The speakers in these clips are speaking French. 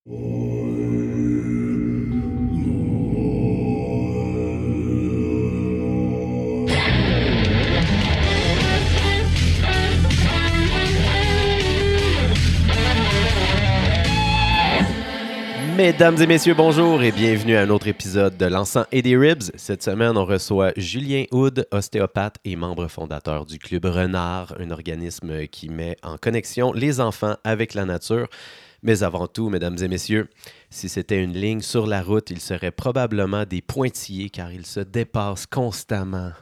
Mesdames et messieurs, bonjour et bienvenue à un autre épisode de l'Encens et des Ribs. Cette semaine, on reçoit Julien Houde, ostéopathe et membre fondateur du Club Renard, un organisme qui met en connexion les enfants avec la nature. Mais avant tout, mesdames et messieurs, si c'était une ligne sur la route, il serait probablement des pointillés car ils se dépassent constamment.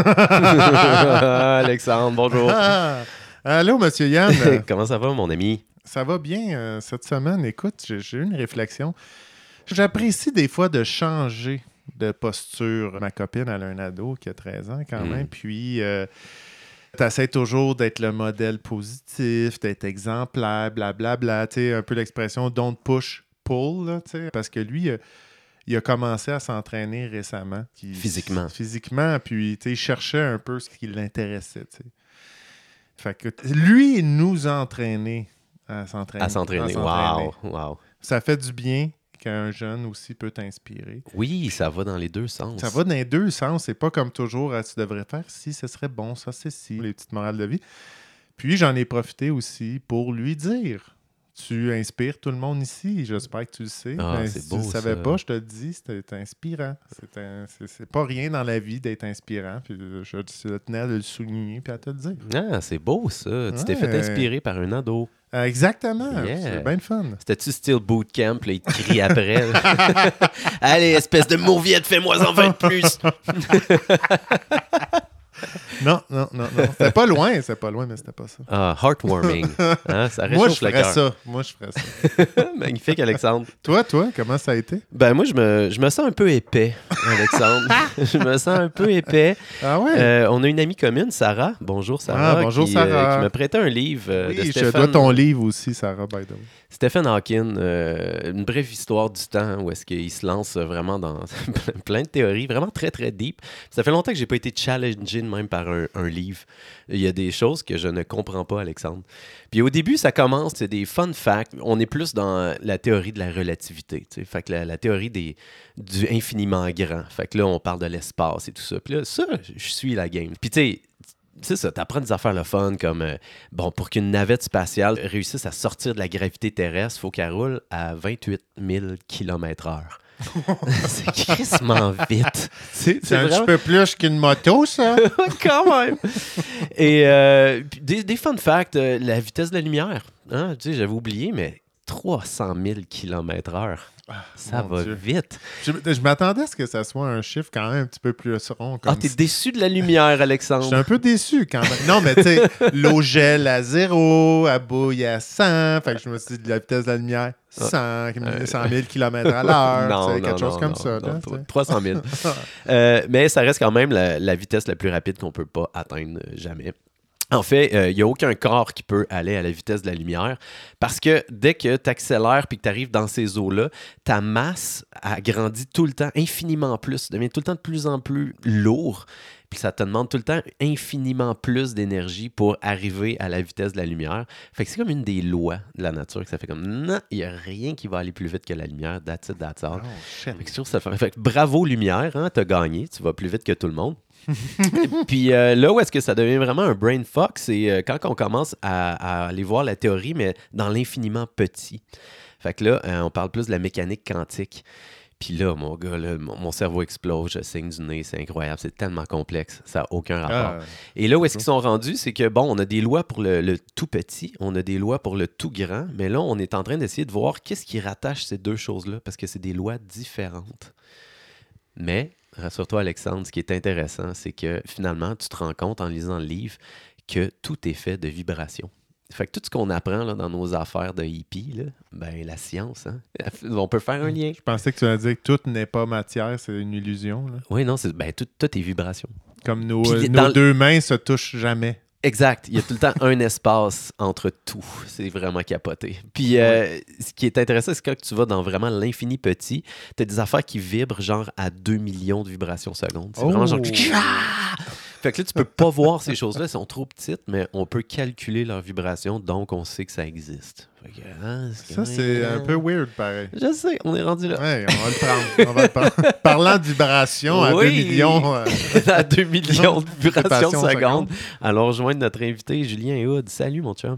Alexandre, bonjour. Allô, monsieur Yann. Comment ça va, mon ami? Ça va bien cette semaine. Écoute, j'ai eu une réflexion. J'apprécie des fois de changer de posture. Ma copine, elle a un ado qui a 13 ans quand même. Puis, tu essaies toujours d'être le modèle positif, d'être exemplaire, blablabla. Tu sais, un peu l'expression « don't push, pull ». Là, parce que lui, il a commencé à s'entraîner récemment. Physiquement. Physiquement. Puis, il cherchait un peu ce qui l'intéressait. T'sais. Fait que lui, il nous entraînait. À s'entraîner. Wow. Ça fait du bien qu'un jeune aussi peut t'inspirer. Oui, ça va dans les deux sens. Ça va dans les deux sens. C'est pas comme toujours, tu devrais faire ci, ce serait bon, ça c'est ci, les petites morales de vie. Puis j'en ai profité aussi pour lui dire, tu inspires tout le monde ici, j'espère que tu le sais. C'est si beau, tu le savais ça. pas, je te le dis, c'est inspirant. C'est pas rien dans la vie d'être inspirant. Puis je tenais à le souligner puis à te le dire. Ah, c'est beau ça. Tu t'es fait inspirer par un ado. Exactement. Yeah. C'est bien le fun. C'était-tu style bootcamp, là, il te crie après. Allez, espèce de mauviette, fais-moi en 20 de plus. Non. C'était pas loin, mais c'était pas ça. Ah, heartwarming. Hein, ça Moi, je réchauffe le cœur. ferais ça. Magnifique, Alexandre. Toi, comment ça a été? Ben moi, je me sens un peu épais, Alexandre. Je me sens un peu épais. Ah ouais? On a une amie commune, Sarah. Bonjour, Sarah. Bonjour, Sarah. Qui me prêtait un livre de Oui, Stephen. je dois ton livre aussi, Sarah, by the way. Stephen Hawking, une brève histoire du temps où est-ce qu'il se lance vraiment dans plein de théories, vraiment très, très deep. Ça fait longtemps que j'ai pas été challengé même par un livre. Il y a des choses que je ne comprends pas, Alexandre. Puis au début, ça commence, c'est des fun facts. On est plus dans la théorie de la relativité. T'sais. Fait que la théorie du infiniment grand. Fait que là, on parle de l'espace et tout ça. Puis là, ça, je suis la game. Puis tu sais, c'est ça, t'apprends des affaires le fun comme, pour qu'une navette spatiale réussisse à sortir de la gravité terrestre, il faut qu'elle roule à 28 000 km/h. C'est crissement vite. C'est un petit peu plus qu'une moto, ça? Quand même! Et des fun facts, la vitesse de la lumière. Hein, tu sais, j'avais oublié, mais 300 000 km/h. Ça va Dieu. vite. Je m'attendais à ce que ça soit un chiffre quand même un petit peu plus rond. T'es déçu de la lumière, Alexandre. Je suis un peu déçu quand même. Non, mais tu sais, l'eau gèle à 0, elle bouille à 100. Fait que je me suis dit, la vitesse de la lumière, 100 000 km à l'heure. Quelque chose comme ça. Non, 300 000. Mais ça reste quand même la vitesse la plus rapide qu'on peut pas atteindre jamais. En fait, il n'y a aucun corps qui peut aller à la vitesse de la lumière parce que dès que tu accélères et que tu arrives dans ces eaux-là, ta masse agrandit tout le temps infiniment plus, devient tout le temps de plus en plus lourd. Puis ça te demande tout le temps infiniment plus d'énergie pour arriver à la vitesse de la lumière. Fait que c'est comme une des lois de la nature que ça fait comme non, il n'y a rien qui va aller plus vite que la lumière. That's it, that's all. Fait que ça fait que bravo lumière, hein, t'as gagné, tu vas plus vite que tout le monde. Puis là où est-ce que ça devient vraiment un brain fuck, c'est quand on commence à aller voir la théorie, mais dans l'infiniment petit. Fait que là, on parle plus de la mécanique quantique. Puis là, mon gars, là, mon cerveau explose, je saigne du nez, c'est incroyable, c'est tellement complexe, ça n'a aucun rapport. Et là où est-ce qu'ils sont rendus, c'est que, bon, on a des lois pour le tout petit, on a des lois pour le tout grand, mais là, on est en train d'essayer de voir qu'est-ce qui rattache ces deux choses-là, parce que c'est des lois différentes. Mais, rassure-toi, Alexandre, ce qui est intéressant, c'est que finalement, tu te rends compte en lisant le livre que tout est fait de vibrations. Fait que tout ce qu'on apprend là, dans nos affaires de hippie, là, ben la science, hein, on peut faire un lien. Je pensais que tu allais dire que tout n'est pas matière, c'est une illusion. Là. Oui, non, tout est vibration. Comme nos deux mains se touchent jamais. Exact. Il y a tout le temps un espace entre tout. C'est vraiment capoté. Puis, ce qui est intéressant, c'est quand tu vas dans vraiment l'infini petit, tu as des affaires qui vibrent genre à 2 millions de vibrations secondes. C'est vraiment genre... Fait que là, tu peux pas voir ces choses-là, elles sont trop petites, mais on peut calculer leur vibration, donc on sait que ça existe. Fait que, Ça, c'est un peu weird, pareil. Je sais, on est rendu là. Ouais, on va le prendre. Parlant de vibration à 2 millions... à 2 millions de vibrations secondes. secondes. Alors, rejoindre notre invité, Julien Hood. Salut, mon chum.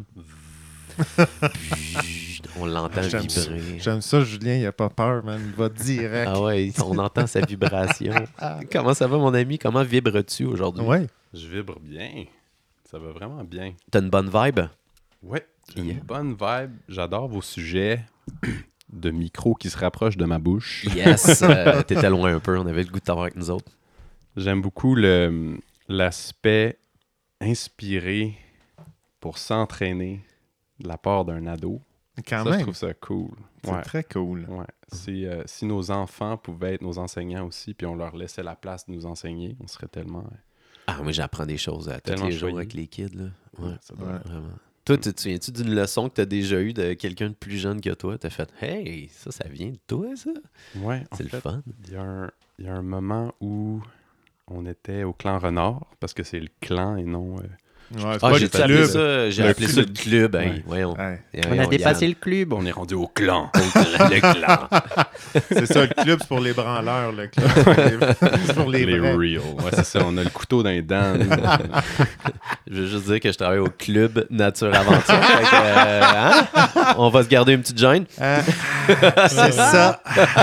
On l'entend vibrer. J'aime ça, Julien, il a pas peur, man. Il va direct. Ah ouais, on entend sa vibration. Comment ça va, mon ami? Comment vibres-tu aujourd'hui? Ouais. Je vibre bien. Ça va vraiment bien. T'as une bonne vibe? Ouais, j'ai une bonne vibe. J'adore vos sujets de micro qui se rapprochent de ma bouche. Yes! T'étais loin un peu, on avait le goût de t'avoir avec nous autres. J'aime beaucoup l'aspect inspiré pour s'entraîner de la part d'un ado. Quand Ça, même. je trouve ça cool. C'est très cool. Ouais. Si nos enfants pouvaient être nos enseignants aussi, puis on leur laissait la place de nous enseigner, on serait tellement... Ah, moi, j'apprends des choses tous Tellement les jours choyé. avec les kids. Là. Ouais, ça doit être- vraiment. Toi, tu te souviens-tu d'une leçon que tu as déjà eue de quelqu'un de plus jeune que toi? Tu as fait « Hey, ça vient de toi, ça? Ouais, » en C'est le fait, fun. il y a un moment où on était au clan Renard, parce que c'est le clan et non... Ouais, c'est Ah, pas j'ai le appelé club. ça, j'ai Le appelé ça le club. club. Hey, Ouais. voyons. Ouais. On a dépassé le club, on est rendu au clan. le clan. C'est ça, le club, c'est pour les branleurs. Le club, c'est pour les vrais. real. Ouais, c'est ça, on a le couteau dans les dents. nous. Je veux juste dire que je travaille au club Nature Aventure. Fait que, hein? On va se garder une petite gêne. C'est ça.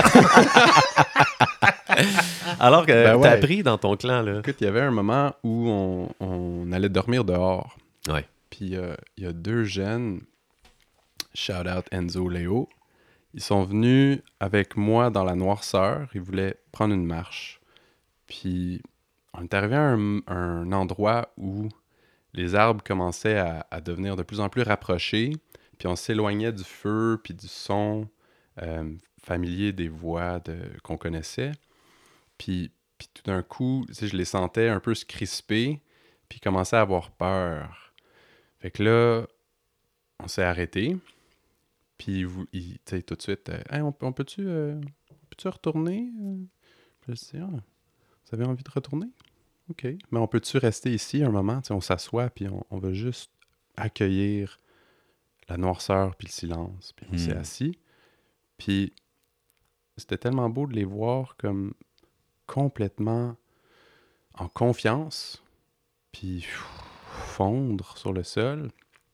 Alors que Ben ouais. t'as appris dans ton clan, là. Écoute, il y avait un moment où on allait dormir dehors. Ouais. Puis il y a 2 jeunes, shout out Enzo, Léo, ils sont venus avec moi dans la noirceur. Ils voulaient prendre une marche. Puis on est arrivé à un endroit où les arbres commençaient à devenir de plus en plus rapprochés. Puis on s'éloignait du feu puis du son familier des voix qu'on connaissait. Puis tout d'un coup, tu sais, je les sentais un peu se crisper, puis ils commençaient à avoir peur. Fait que là, on s'est arrêté. Puis tu sais, tout de suite, hey, on peut-tu retourner? Puis je dis, ah, vous avez envie de retourner? OK. Mais on peut-tu rester ici un moment? Tu sais, on s'assoit, puis on va juste accueillir la noirceur, puis le silence. Puis on s'est assis. Puis c'était tellement beau de les voir comme complètement en confiance, puis fondre sur le sol.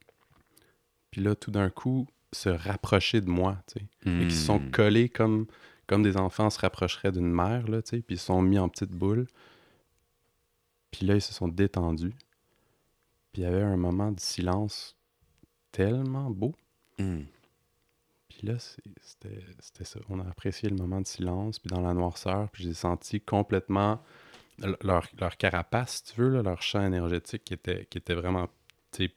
Puis là, tout d'un coup, se rapprocher de moi, tu sais. Et qu'ils se sont collés comme des enfants se rapprocheraient d'une mère, là, tu sais, puis ils se sont mis en petite boule. Puis là, ils se sont détendus. Puis il y avait un moment de silence tellement beau. Puis là, c'était ça. On a apprécié le moment de silence, puis dans la noirceur, puis j'ai senti complètement leur carapace, si tu veux, là, leur champ énergétique qui était vraiment, tu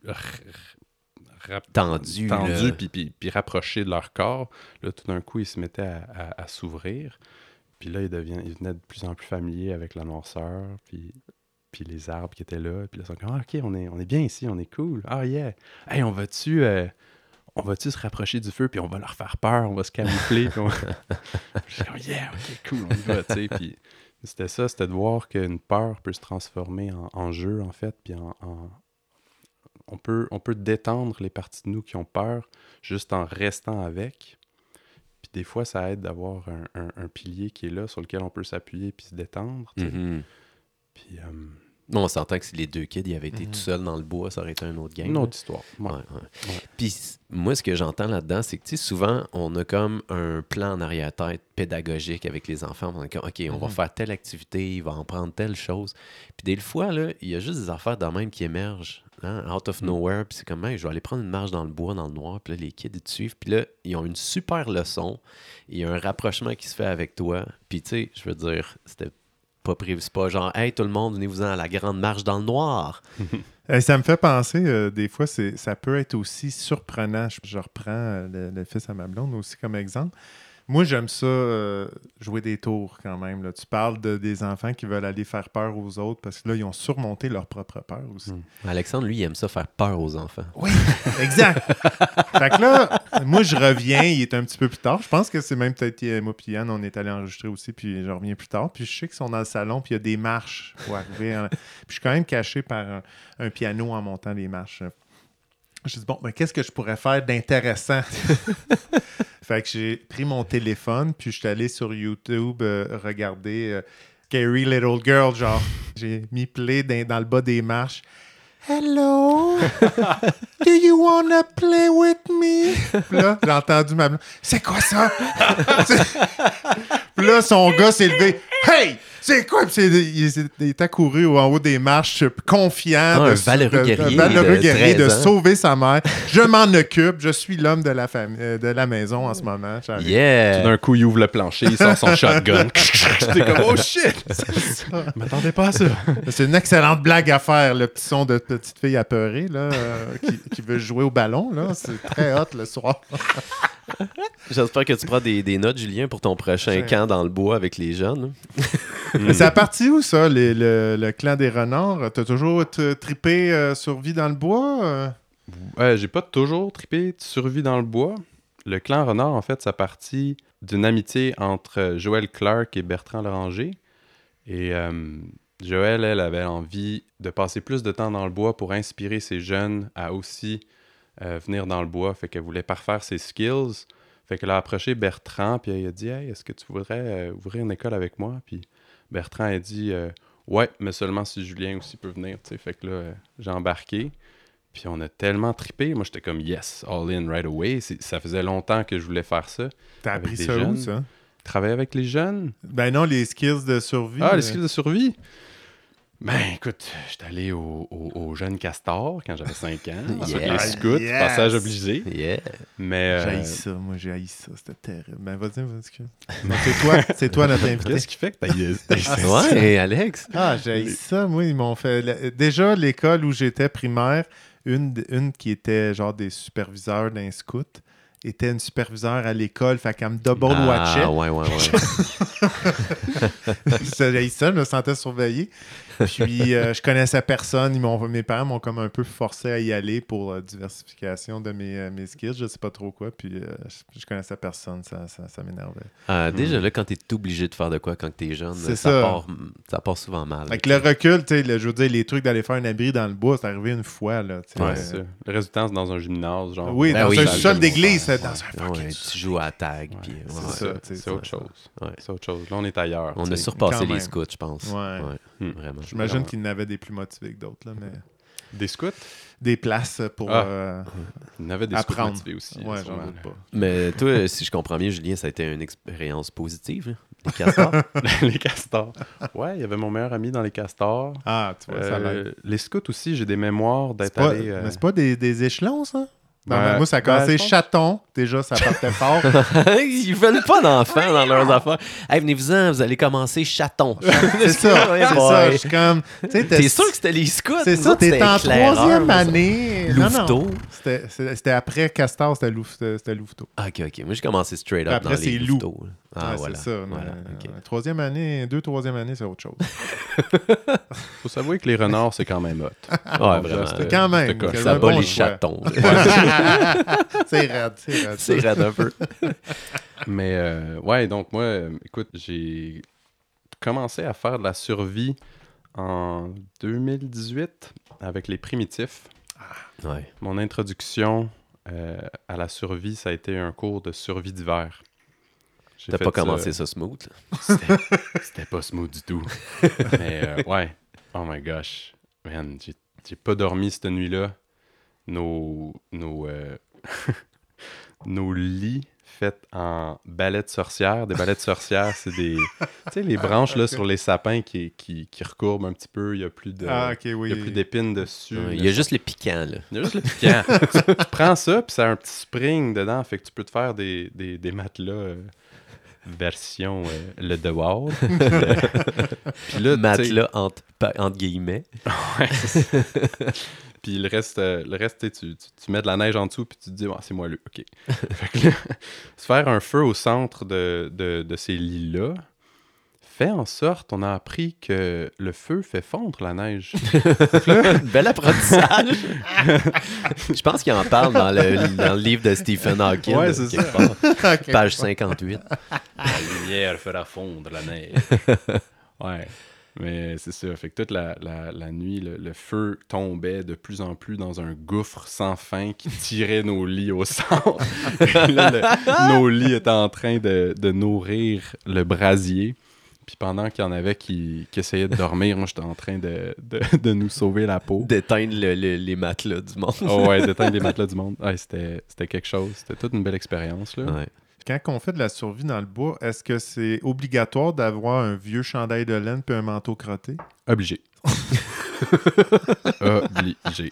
sais, Tendu, puis rapproché de leur corps. Là, tout d'un coup, ils se mettaient à s'ouvrir. Puis là, ils venaient de plus en plus familiers avec la noirceur, puis les arbres qui étaient là. Puis là, ils sont comme, ah, OK, on est bien ici, on est cool. Ah, yeah. Hey, on va-tu se rapprocher du feu, puis on va leur faire peur, on va se camoufler. Puis je suis comme, yeah, OK, cool, on y va, tu sais. Puis c'était ça, c'était de voir qu'une peur peut se transformer en jeu, en fait, puis on peut détendre les parties de nous qui ont peur juste en restant avec. Puis des fois, ça aide d'avoir un pilier qui est là, sur lequel on peut s'appuyer puis se détendre, tu sais. Puis... on s'entend que si les 2 kids ils avaient été tout seuls dans le bois, ça aurait été un autre game. Une autre histoire. Ouais. Ouais. Puis moi, ce que j'entends là-dedans, c'est que souvent, on a comme un plan en arrière-tête pédagogique avec les enfants. On est comme, OK, on va faire telle activité, il va en prendre telle chose. Puis des fois, là, il y a juste des affaires de même qui émergent, hein, out of nowhere. Puis c'est comme, hey, je vais aller prendre une marche dans le bois, dans le noir. Puis là, les kids, ils te suivent. Puis là, ils ont une super leçon. Il y a un rapprochement qui se fait avec toi. Puis tu sais, je veux dire, c'était pas prévu. C'est pas genre, hey, tout le monde, venez-vous-en à la grande marche dans le noir. Ça me fait penser, des fois, ça peut être aussi surprenant. Je reprends le fils à ma blonde aussi comme exemple. Moi, j'aime ça, jouer des tours quand même. Là. Tu parles des enfants qui veulent aller faire peur aux autres parce que là, ils ont surmonté leur propre peur aussi. Alexandre, lui, il aime ça faire peur aux enfants. Oui, exact. Fait que là, moi, je reviens, il est un petit peu plus tard. Je pense que c'est même peut-être moi et Yann, on est allé enregistrer aussi, puis je reviens plus tard. Puis je sais qu'ils sont dans le salon, puis il y a des marches pour arriver. Puis je suis quand même caché par un piano en montant les marches. Je dis, bon, ben, qu'est-ce que je pourrais faire d'intéressant? Fait que j'ai pris mon téléphone, puis je suis allé sur YouTube regarder Scary Little Girl, genre. J'ai mis play dans le bas des marches. Hello? Do you wanna play with me? Puis là, j'ai entendu ma blonde. C'est quoi ça? Puis là, son gars s'est levé. Hey! C'est quoi? Puis il est accouru en haut des marches, confiant. Un valeureux guerrier de 13 ans. sauver sa mère. Je m'en occupe. Je suis l'homme de la famille, de la maison en ce moment. J'arrive. Tout Yeah! d'un coup, il ouvre le plancher, il sort son shotgun. T'es comme, oh shit! Je m'attendais pas à ça. C'est une excellente blague à faire, le petit son de petite fille apeurée là, qui veut jouer au ballon. Là. C'est très hot le soir. J'espère que tu prends des notes, Julien, pour ton prochain camp dans le bois avec les jeunes. C'est à partir où, ça, le clan des renards? T'as toujours trippé survie dans le bois? J'ai pas toujours trippé de survie dans le bois. Le clan renard, en fait, ça partit d'une amitié entre Joël Clark et Bertrand Loranger. Et Joël, elle, avait envie de passer plus de temps dans le bois pour inspirer ses jeunes à aussi venir dans le bois. Fait qu'elle voulait parfaire ses skills. Fait qu'elle a approché Bertrand, puis elle a dit « Hey, est-ce que tu voudrais ouvrir une école avec moi? » Puis Bertrand a dit « Ouais, mais seulement si Julien aussi peut venir. » Fait que là, j'ai embarqué. Puis on a tellement trippé. Moi, j'étais comme « Yes, all in right away. » Ça faisait longtemps que je voulais faire ça. T'as Avec appris des ça où, jeunes. ça? Travailler avec les jeunes. Ben non, les skills de survie. Ah, les skills de survie? Ben, écoute, j'étais allé au Jeune Castor quand j'avais 5 ans. Sur Yeah. les scouts, Yes. passage obligé. Yeah! Mais J'ai haï ça, moi j'ai haï ça, c'était terrible. Ben vas-y. Non, c'est toi notre invité. qu'est-ce qui fait que t'as Ouais, Alex! Ah, j'ai haï ça, moi ils m'ont fait... Déjà, l'école où j'étais primaire, une qui était genre des superviseurs d'un scout, était une superviseure à l'école, fait qu'elle me double-watchait. Ah, ouais. J'ai haï ça, je me sentais surveillé. Puis, je connaissais personne. Mes parents m'ont comme un peu forcé à y aller pour diversification de mes skills. Je sais pas trop quoi. Puis, je connaissais personne. Ça m'énervait. Déjà, là, quand t'es obligé de faire de quoi quand t'es jeune, C'est ça ça. part souvent mal. Avec le recul, tu sais, je veux dire, les trucs d'aller faire un abri dans le bois, c'est arrivé une fois. Là, tu sais. Ouais, c'est ça. Le résultat, c'est dans un gymnase, genre. Oui, Ben dans oui, un ça, sol comme d'église, ça. c'est dans un fucking... Ouais, tu joues à tag. Ouais, Puis, c'est ouais. ça. tu sais, C'est autre chose. Ouais. C'est autre chose. Là, on est ailleurs. On tu a sais. surpassé Quand les même. scouts, je pense. Ouais. Vraiment. J'imagine qu'il y en avait des plus motivés que d'autres, là, mais Des scouts? des places pour Il y en avait des scouts apprendre. motivés aussi. Ouais, j'en sûrement. doute pas. Mais toi, si je comprends bien, Julien, ça a été une expérience positive, là, les castors. Les castors. Ouais, il y avait mon meilleur ami dans les castors. Ah, tu vois, ça l'aide. Les scouts aussi, j'ai des mémoires C'est d'être pas, allé... mais c'est pas des échelons, ça? Non, Ben, mais moi, ça a commencé je pense- chaton. Déjà, ça partait fort. Ils veulent pas d'enfants dans leurs affaires. Hey, venez-vous-en, vous allez commencer chaton. C'est ça. Ouais, C'est boy. ça. Je suis comme... tu sais, T'es sûr que c'était les scouts? C'est Nous ça, autres, t'es c'était en éclaireur, troisième ça. année. Louveteau. Non. C'était après Castor, c'était Louveteau. Ah, ok. Moi, j'ai commencé straight up Après, dans les c'est loup. louveteaux. là. Ah, Ouais, voilà. c'est ça. Voilà, mais, ok. troisième année, troisième année, c'est autre chose. Faut s'avouer que les renards, c'est quand même hot. Ouais, vraiment. C'était- Quand même. c'était coche. quel- Ça un bat bon les choix. chatons. C'est raide, c'est raide. C'est raide un peu. Mais ouais, donc moi, écoute, j'ai commencé à faire de la survie en 2018 avec les primitifs. Ouais. Mon introduction à la survie, ça a été un cours de survie d'hiver. J'ai T'as fait pas commencé ça smooth, là. C'était pas smooth du tout. Mais ouais, oh my gosh. Man, j'ai pas dormi cette nuit-là. Nos lits faits en balais de sorcières. Des balais de sorcières, c'est des... Tu sais, les branches là, sur les sapins qui recourbent un petit peu. Il y a plus de... Ah, ok, oui. Il y a plus d'épines dessus. Il y a juste les piquants, là. Il y a juste le piquant. tu prends ça, puis ça a un petit spring dedans, fait que tu peux te faire des matelas version le devoir. Puis là, tu sais- Matelas entre guillemets. Ouais, c'est ça. Puis le reste tu mets de la neige en dessous, puis tu te dis, c'est moelleux, OK. Fait que là, se faire un feu au centre de ces lits-là fait en sorte, on a appris que le feu fait fondre la neige. Bel apprentissage. Je pense qu'il en parle dans le livre de Stephen Hawking. Ouais, c'est ça. Ok. Page 58. La lumière fera fondre la neige. Ouais. Mais c'est ça. Fait que toute la nuit, le feu tombait de plus en plus dans un gouffre sans fin qui tirait nos lits au centre. Là, nos lits étaient en train de nourrir le brasier. Puis pendant qu'il y en avait qui essayaient de dormir, moi, j'étais en train de nous sauver la peau. D'éteindre les matelas du monde. Oh ouais, d'éteindre les matelas du monde. Ouais, c'était quelque chose. C'était toute une belle expérience, là. Ouais. Quand on fait de la survie dans le bois, est-ce que c'est obligatoire d'avoir un vieux chandail de laine puis un manteau crotté? Obligé. Obligé.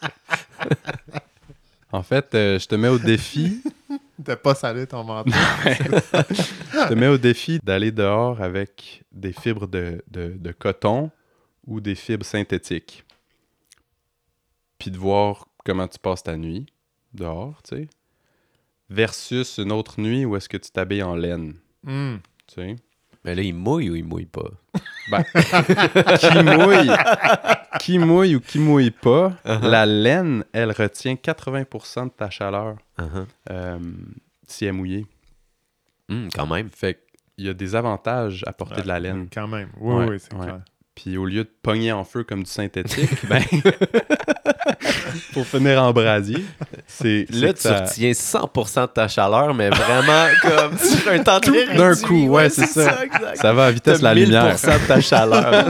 En fait, je te mets au défi... De pas saler ton manteau. Je te mets au défi d'aller dehors avec des fibres de coton ou des fibres synthétiques. Puis de voir comment tu passes ta nuit dehors, tu sais. Versus une autre nuit où est-ce que tu t'habilles en laine, Hmm. tu sais. Mais là, il mouille ou il mouille pas? Ben, qui mouille ou qui mouille pas, la laine, elle retient 80% de ta chaleur si elle est mouillée. Quand même. Fait qu'il y a des avantages à porter de la laine. Quand même. Oui, Ouais, c'est ouais. clair. Puis au lieu de pogner en feu comme du synthétique, ben, pour finir en brasier, c'est Là, que tu ça... retiens 100% de ta chaleur, mais vraiment comme sur un temps très réduit. d'un coup, ouais, c'est ça. Exact. Ça va à vitesse de la lumière. 1000% de ta chaleur.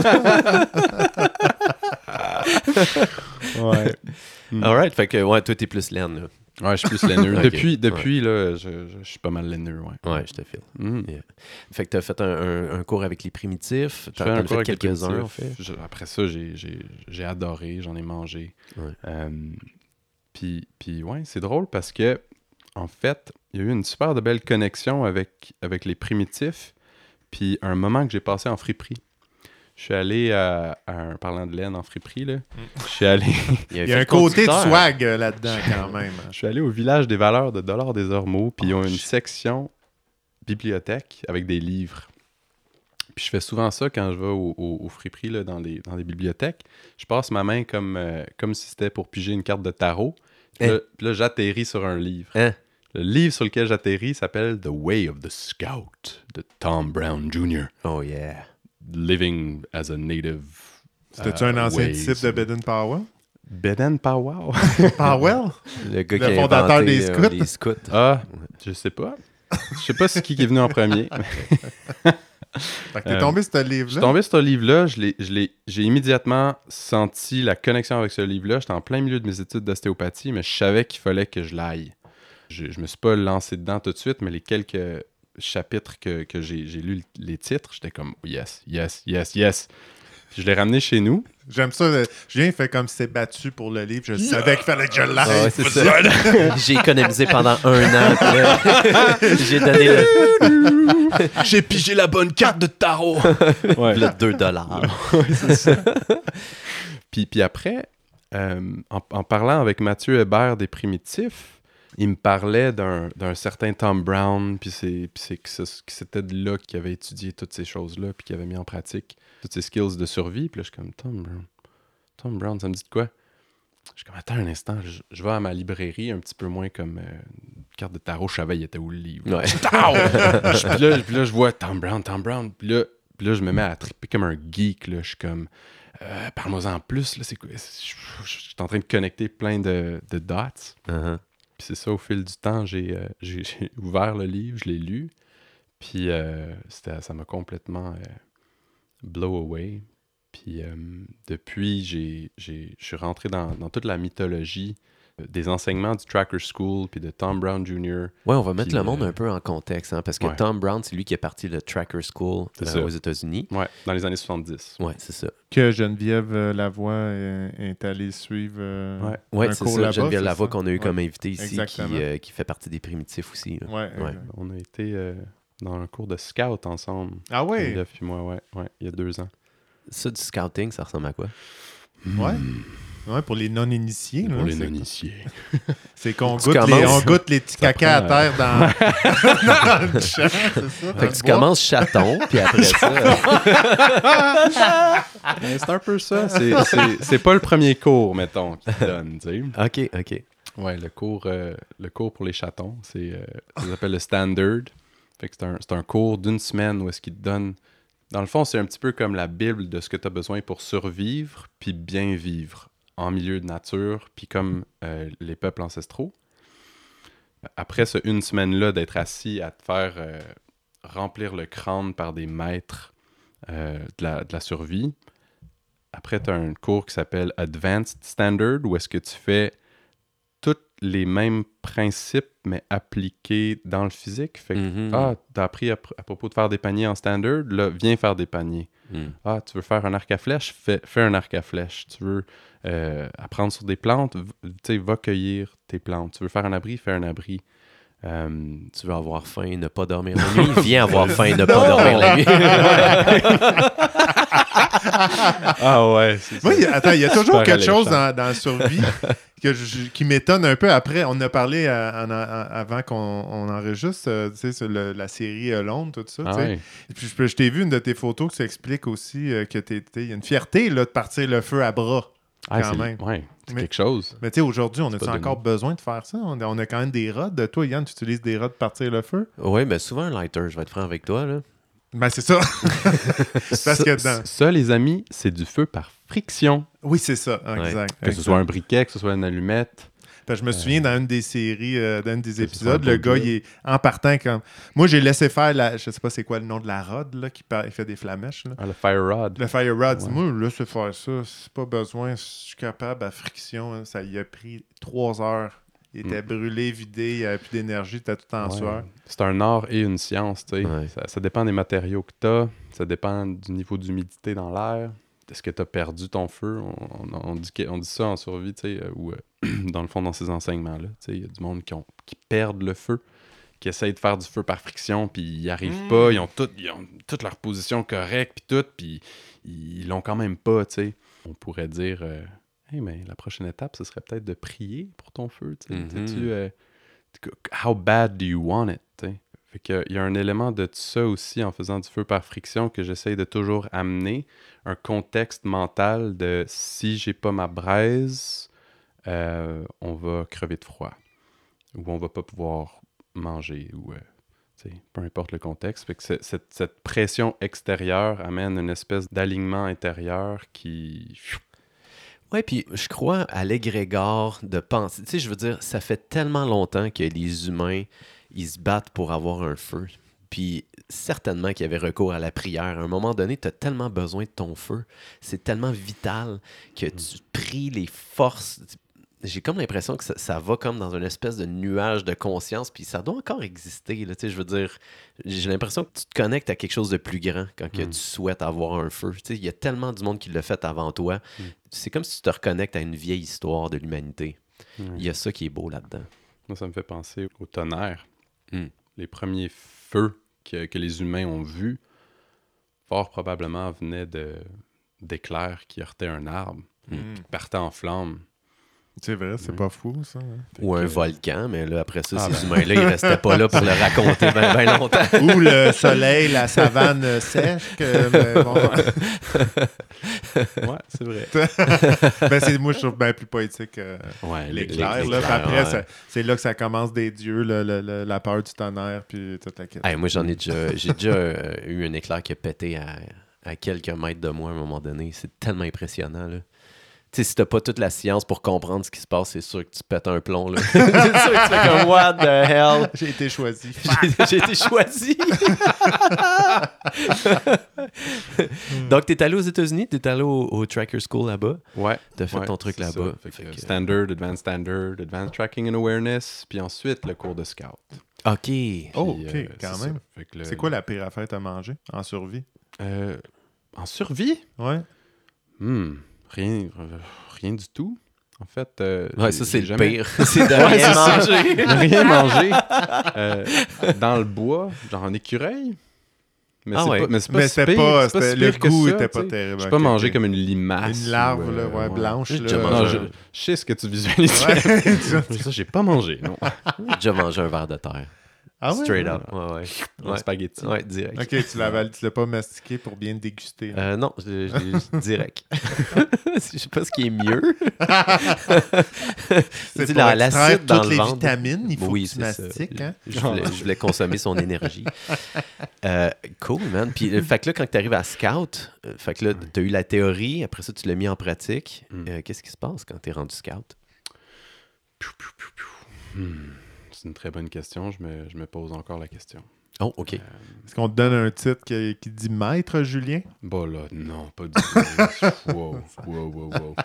Ouais. Alright, fait que ouais, toi, t'es plus laine, là. Ouais, je suis plus laineux. Ok. Depuis là, je suis pas mal laineux, ouais. Ouais, je te file. Mm. Yeah. Fait que t'as fait un cours avec les primitifs. Je fais T'en un as cours fait avec les quelques-uns, en primitifs. fait. Après ça, j'ai adoré, j'en ai mangé. Ouais. Puis ouais, c'est drôle parce que, en fait, il y a eu une super de belle connexion avec les primitifs, puis un moment que j'ai passé en friperie. Je suis allé parlant de laine en friperie, là. Je suis allé... Il y a un côté de swag là-dedans, quand même. Je suis allé au village des valeurs de Dollars des Ormeaux, puis ils ont une section bibliothèque avec des livres. Puis je fais souvent ça quand je vais au friperie, là, dans des bibliothèques. Je passe ma main comme si c'était pour piger une carte de tarot. Puis là, j'atterris sur un livre. Le livre sur lequel j'atterris s'appelle The Way of the Scout de Tom Brown Jr. Oh yeah. Living as a native. C'était-tu un ancien ways. disciple de Baden Powell? Baden Powell? Powell? Le gars Le qui a fondateur inventé, des scouts. les scouts. Ah, je sais pas. Je sais pas c'est qui est venu en premier. Fait que t'es tombé sur ce Je suis livre-là? tombé sur ce livre-là, j'ai immédiatement senti la connexion avec ce livre-là. J'étais en plein milieu de mes études d'ostéopathie, mais je savais qu'il fallait que je l'aille. Je me suis pas lancé dedans tout de suite, mais les quelques chapitres que j'ai lu les titres, j'étais comme yes. Puis je l'ai ramené chez nous. J'aime ça. Julien fait comme s'il s'est battu pour le livre. Je savais qu'il fallait que je l'aille. Ouais, c'est ça. J'ai économisé pendant 1 an. Puis là, j'ai donné le J'ai pigé la bonne carte de tarot. Ouais. le $2. C'est ça. Puis après, en parlant avec Mathieu Hébert des Primitifs, il me parlait d'un certain Tom Brown, puis que c'était de là qu'il avait étudié toutes ces choses-là, puis qu'il avait mis en pratique toutes ses skills de survie. Puis là, je suis comme, Tom Brown, ça me dit de quoi? Je suis comme, attends un instant, je vais à ma librairie, un petit peu moins comme carte de tarot, je savais il était où le livre. Ouais. Puis là, je vois Tom Brown, puis là, je me mets à triper comme un geek, là. Je suis comme, parle-moi-en plus, là, c'est quoi? Je suis en train de connecter plein de dots. Uh-huh. Puis c'est ça, au fil du temps, j'ai ouvert le livre, je l'ai lu, puis ça m'a complètement blow away. Puis depuis, je suis rentré dans toute la mythologie des enseignements du Tracker School, puis de Tom Brown Jr. Ouais, on va mettre Puis, le monde un peu en contexte, hein, parce que ouais. Tom Brown, c'est lui qui est parti de Tracker School aux États-Unis. Ouais, dans les années 70. Ouais, c'est ça. Que Geneviève Lavoie est allée suivre Ouais, un c'est cours ça. là-bas. Geneviève c'est Lavoie ça? qu'on a eu comme Ouais. invité ici, Exactement. qui fait partie des primitifs aussi. Là. Ouais, Ouais. exact. On a été dans un cours de scout ensemble. Ah ouais? Geneviève puis moi, ouais, il y a 2 ans. Ça, du scouting, ça ressemble à quoi? Ouais. Ouais, pour les non-initiés. là, Pour les c'est- non-initiés. C'est qu'on Tu goûte, commences- on goûte les petits caca à prend, terre dans le champ, c'est ça? Fait que tu commences chaton, puis après ça... C'est un peu ça. C'est pas le premier cours, mettons, qu'ils te donnent, tu sais. OK. Ouais, le cours pour les chatons, ça s'appelle le standard. Fait que c'est un cours d'une semaine où est-ce qu'ils te donnent... Dans le fond, c'est un petit peu comme la Bible de ce que tu as besoin pour survivre puis bien vivre en milieu de nature, puis comme les peuples ancestraux. Après ce une semaine-là, d'être assis à te faire remplir le crâne par des maîtres de la survie, après, tu as un cours qui s'appelle Advanced Standard, où est-ce que tu fais tous les mêmes principes, mais appliqués dans le physique. Fait que, t'as appris à propos de faire des paniers en standard, là, viens faire des paniers. Ah, tu veux faire un arc à flèche? Fais un arc à flèche. Tu veux apprendre sur des plantes? Va cueillir tes plantes. Tu veux faire un abri? Fais un abri. Tu veux avoir faim et ne pas dormir la nuit? Viens avoir faim et ne pas dormir la nuit. Ah ouais, c'est ça. Moi, il y a toujours Super quelque chose alléchant. dans la survie qui m'étonne un peu. Après, on a parlé avant qu'on enregistre tu sais, sur la série Londres, tout ça. Ah tu sais. ouais. Et puis, je t'ai vu une de tes photos qui s'explique aussi que il y a une fierté là, de partir le feu à bras. Ah, quand même. Ouais, c'est Mais- quelque chose. Mais tu sais, aujourd'hui, on a pas encore besoin de faire ça? On a quand même des rods. Toi, Yann, tu utilises des rods pour partir le feu? Oui, mais souvent un lighter, je vais être franc avec toi. Là. Ben, c'est ça. Parce que Ça, les amis, c'est du feu par friction. Oui, c'est ça. Exact. Que ce soit un briquet, que ce soit une allumette. Parce que je me souviens dans une des séries, dans un des c'est épisodes, un le beau gars, job. il est en partant comme. Moi, j'ai laissé faire je sais pas c'est quoi le nom de la rod, là, il fait des flamèches. Là. Ah, le fire rod. Le fire rod, Ouais. moi, laissez faire ça. C'est pas besoin. Je suis capable à friction. Hein, ça y a pris 3 heures. Il était brûlé, vidé, il n'y avait plus d'énergie, c'était tout en Ouais. sueur. C'est un art et une science, tu sais. Ouais. Ça dépend des matériaux que tu as, ça dépend du niveau d'humidité dans l'air. Est-ce que tu as perdu ton feu? On dit ça en survie, tu sais, ou dans le fond, dans ces enseignements-là. Tu sais, il y a du monde qui perdent le feu, qui essayent de faire du feu par friction, puis ils n'y arrivent pas, ils ont toute leur position correcte, puis tout, puis ils l'ont quand même pas, tu sais. On pourrait dire... Hey, mais la prochaine étape, ce serait peut-être de prier pour ton feu. Tu sais. How bad do you want it? T'sais? Fait qu'il y a un élément de ça aussi en faisant du feu par friction que j'essaye de toujours amener. Un contexte mental de si j'ai pas ma braise, on va crever de froid. Ou on va pas pouvoir manger. Ou peu importe le contexte. Fait que cette pression extérieure amène une espèce d'alignement intérieur qui... Oui, puis je crois à l'égrégore de penser. Tu sais, je veux dire, ça fait tellement longtemps que les humains, ils se battent pour avoir un feu. Puis certainement qu'il y avait recours à la prière. À un moment donné, tu as tellement besoin de ton feu. C'est tellement vital que tu pries les forces. J'ai comme l'impression que ça va comme dans une espèce de nuage de conscience, puis ça doit encore exister. Là, tu sais, je veux dire, j'ai l'impression que tu te connectes à quelque chose de plus grand quand que tu souhaites avoir un feu. Tu sais, il y a tellement du monde qui l'a fait avant toi. C'est comme si tu te reconnectes à une vieille histoire de l'humanité. Il y a ça qui est beau là-dedans. Moi, ça me fait penser au tonnerre. Mm. Les premiers feux que les humains ont vus, fort probablement venaient d'éclairs qui heurtaient un arbre, qui partaient en flammes. C'est vrai, c'est pas fou, ça. Hein? Ou un volcan, mais là, après ça, ces humains-là, ils restaient pas là pour le raconter bien longtemps. Ou le soleil, la savane sèche. Mais bon. Ouais, c'est vrai. Moi, je trouve bien plus poétique Ouais, l'éclair. Là. Puis l'éclair, après, ouais. c'est là que ça commence des dieux, la peur du tonnerre, puis toute la quête. Hey, moi, j'ai déjà eu un éclair qui a pété à quelques mètres de moi à un moment donné. C'est tellement impressionnant, là. Tu sais, si t'as pas toute la science pour comprendre ce qui se passe, c'est sûr que tu pètes un plomb, là. C'est sûr que tu fais comme « What the hell? » J'ai été choisi. J'ai été choisi. Donc, t'es allé aux États-Unis, t'es allé au Tracker School là-bas. Ouais. T'as fait ton truc c'est là-bas. ça. Fait que Fait que- Standard, Advanced Tracking and Awareness, puis ensuite le cours de Scout. OK. Oh, Puis, OK, quand c'est même. ça. Fait que C'est quoi la pire affaire que t'as mangé en survie? En survie? Ouais. Rien du tout. En fait, Ouais, ça, c'est j'ai le jamais- pire. C'est de rien manger. Rien mangé. Dans le bois, genre en écureuil. Mais Ah c'est ouais. pas, mais c'est pas Mais si c'était pire, pas, c'est pas si c'était- le pire que goût ça, était tu pas sais. terrible. Je peux pas Ok, manger ok. comme une limace. Une larve, ou, là, ouais, blanche. J'ai là. déjà Non, mangé je sais ce que tu visualises. Ouais. Ça, j'ai pas mangé, non. J'ai déjà mangé un verre de terre. Ah ouais? Straight up. Ouais. Un Ouais. spaghetti. Ouais, direct. Ok, tu l'as pas mastiqué pour bien le déguster. Là. Non, je l'ai direct. Je sais pas ce qui est mieux. C'est Dis, pour extraire l'acide dans toutes le les ventre. vitamines, il faut Oui, que tu c'est ça. mastiques. Hein? Je voulais consommer son énergie. Cool, man. Puis, fait que là, quand tu arrives à Scout, fait que là, tu as eu la théorie, après ça, tu l'as mis en pratique. Qu'est-ce qui se passe quand tu es rendu Scout? C'est une très bonne question. Je me pose encore la question. Oh, OK. Est-ce qu'on te donne un titre qui dit Maître Julien? Bah là, non, pas du tout. Wow.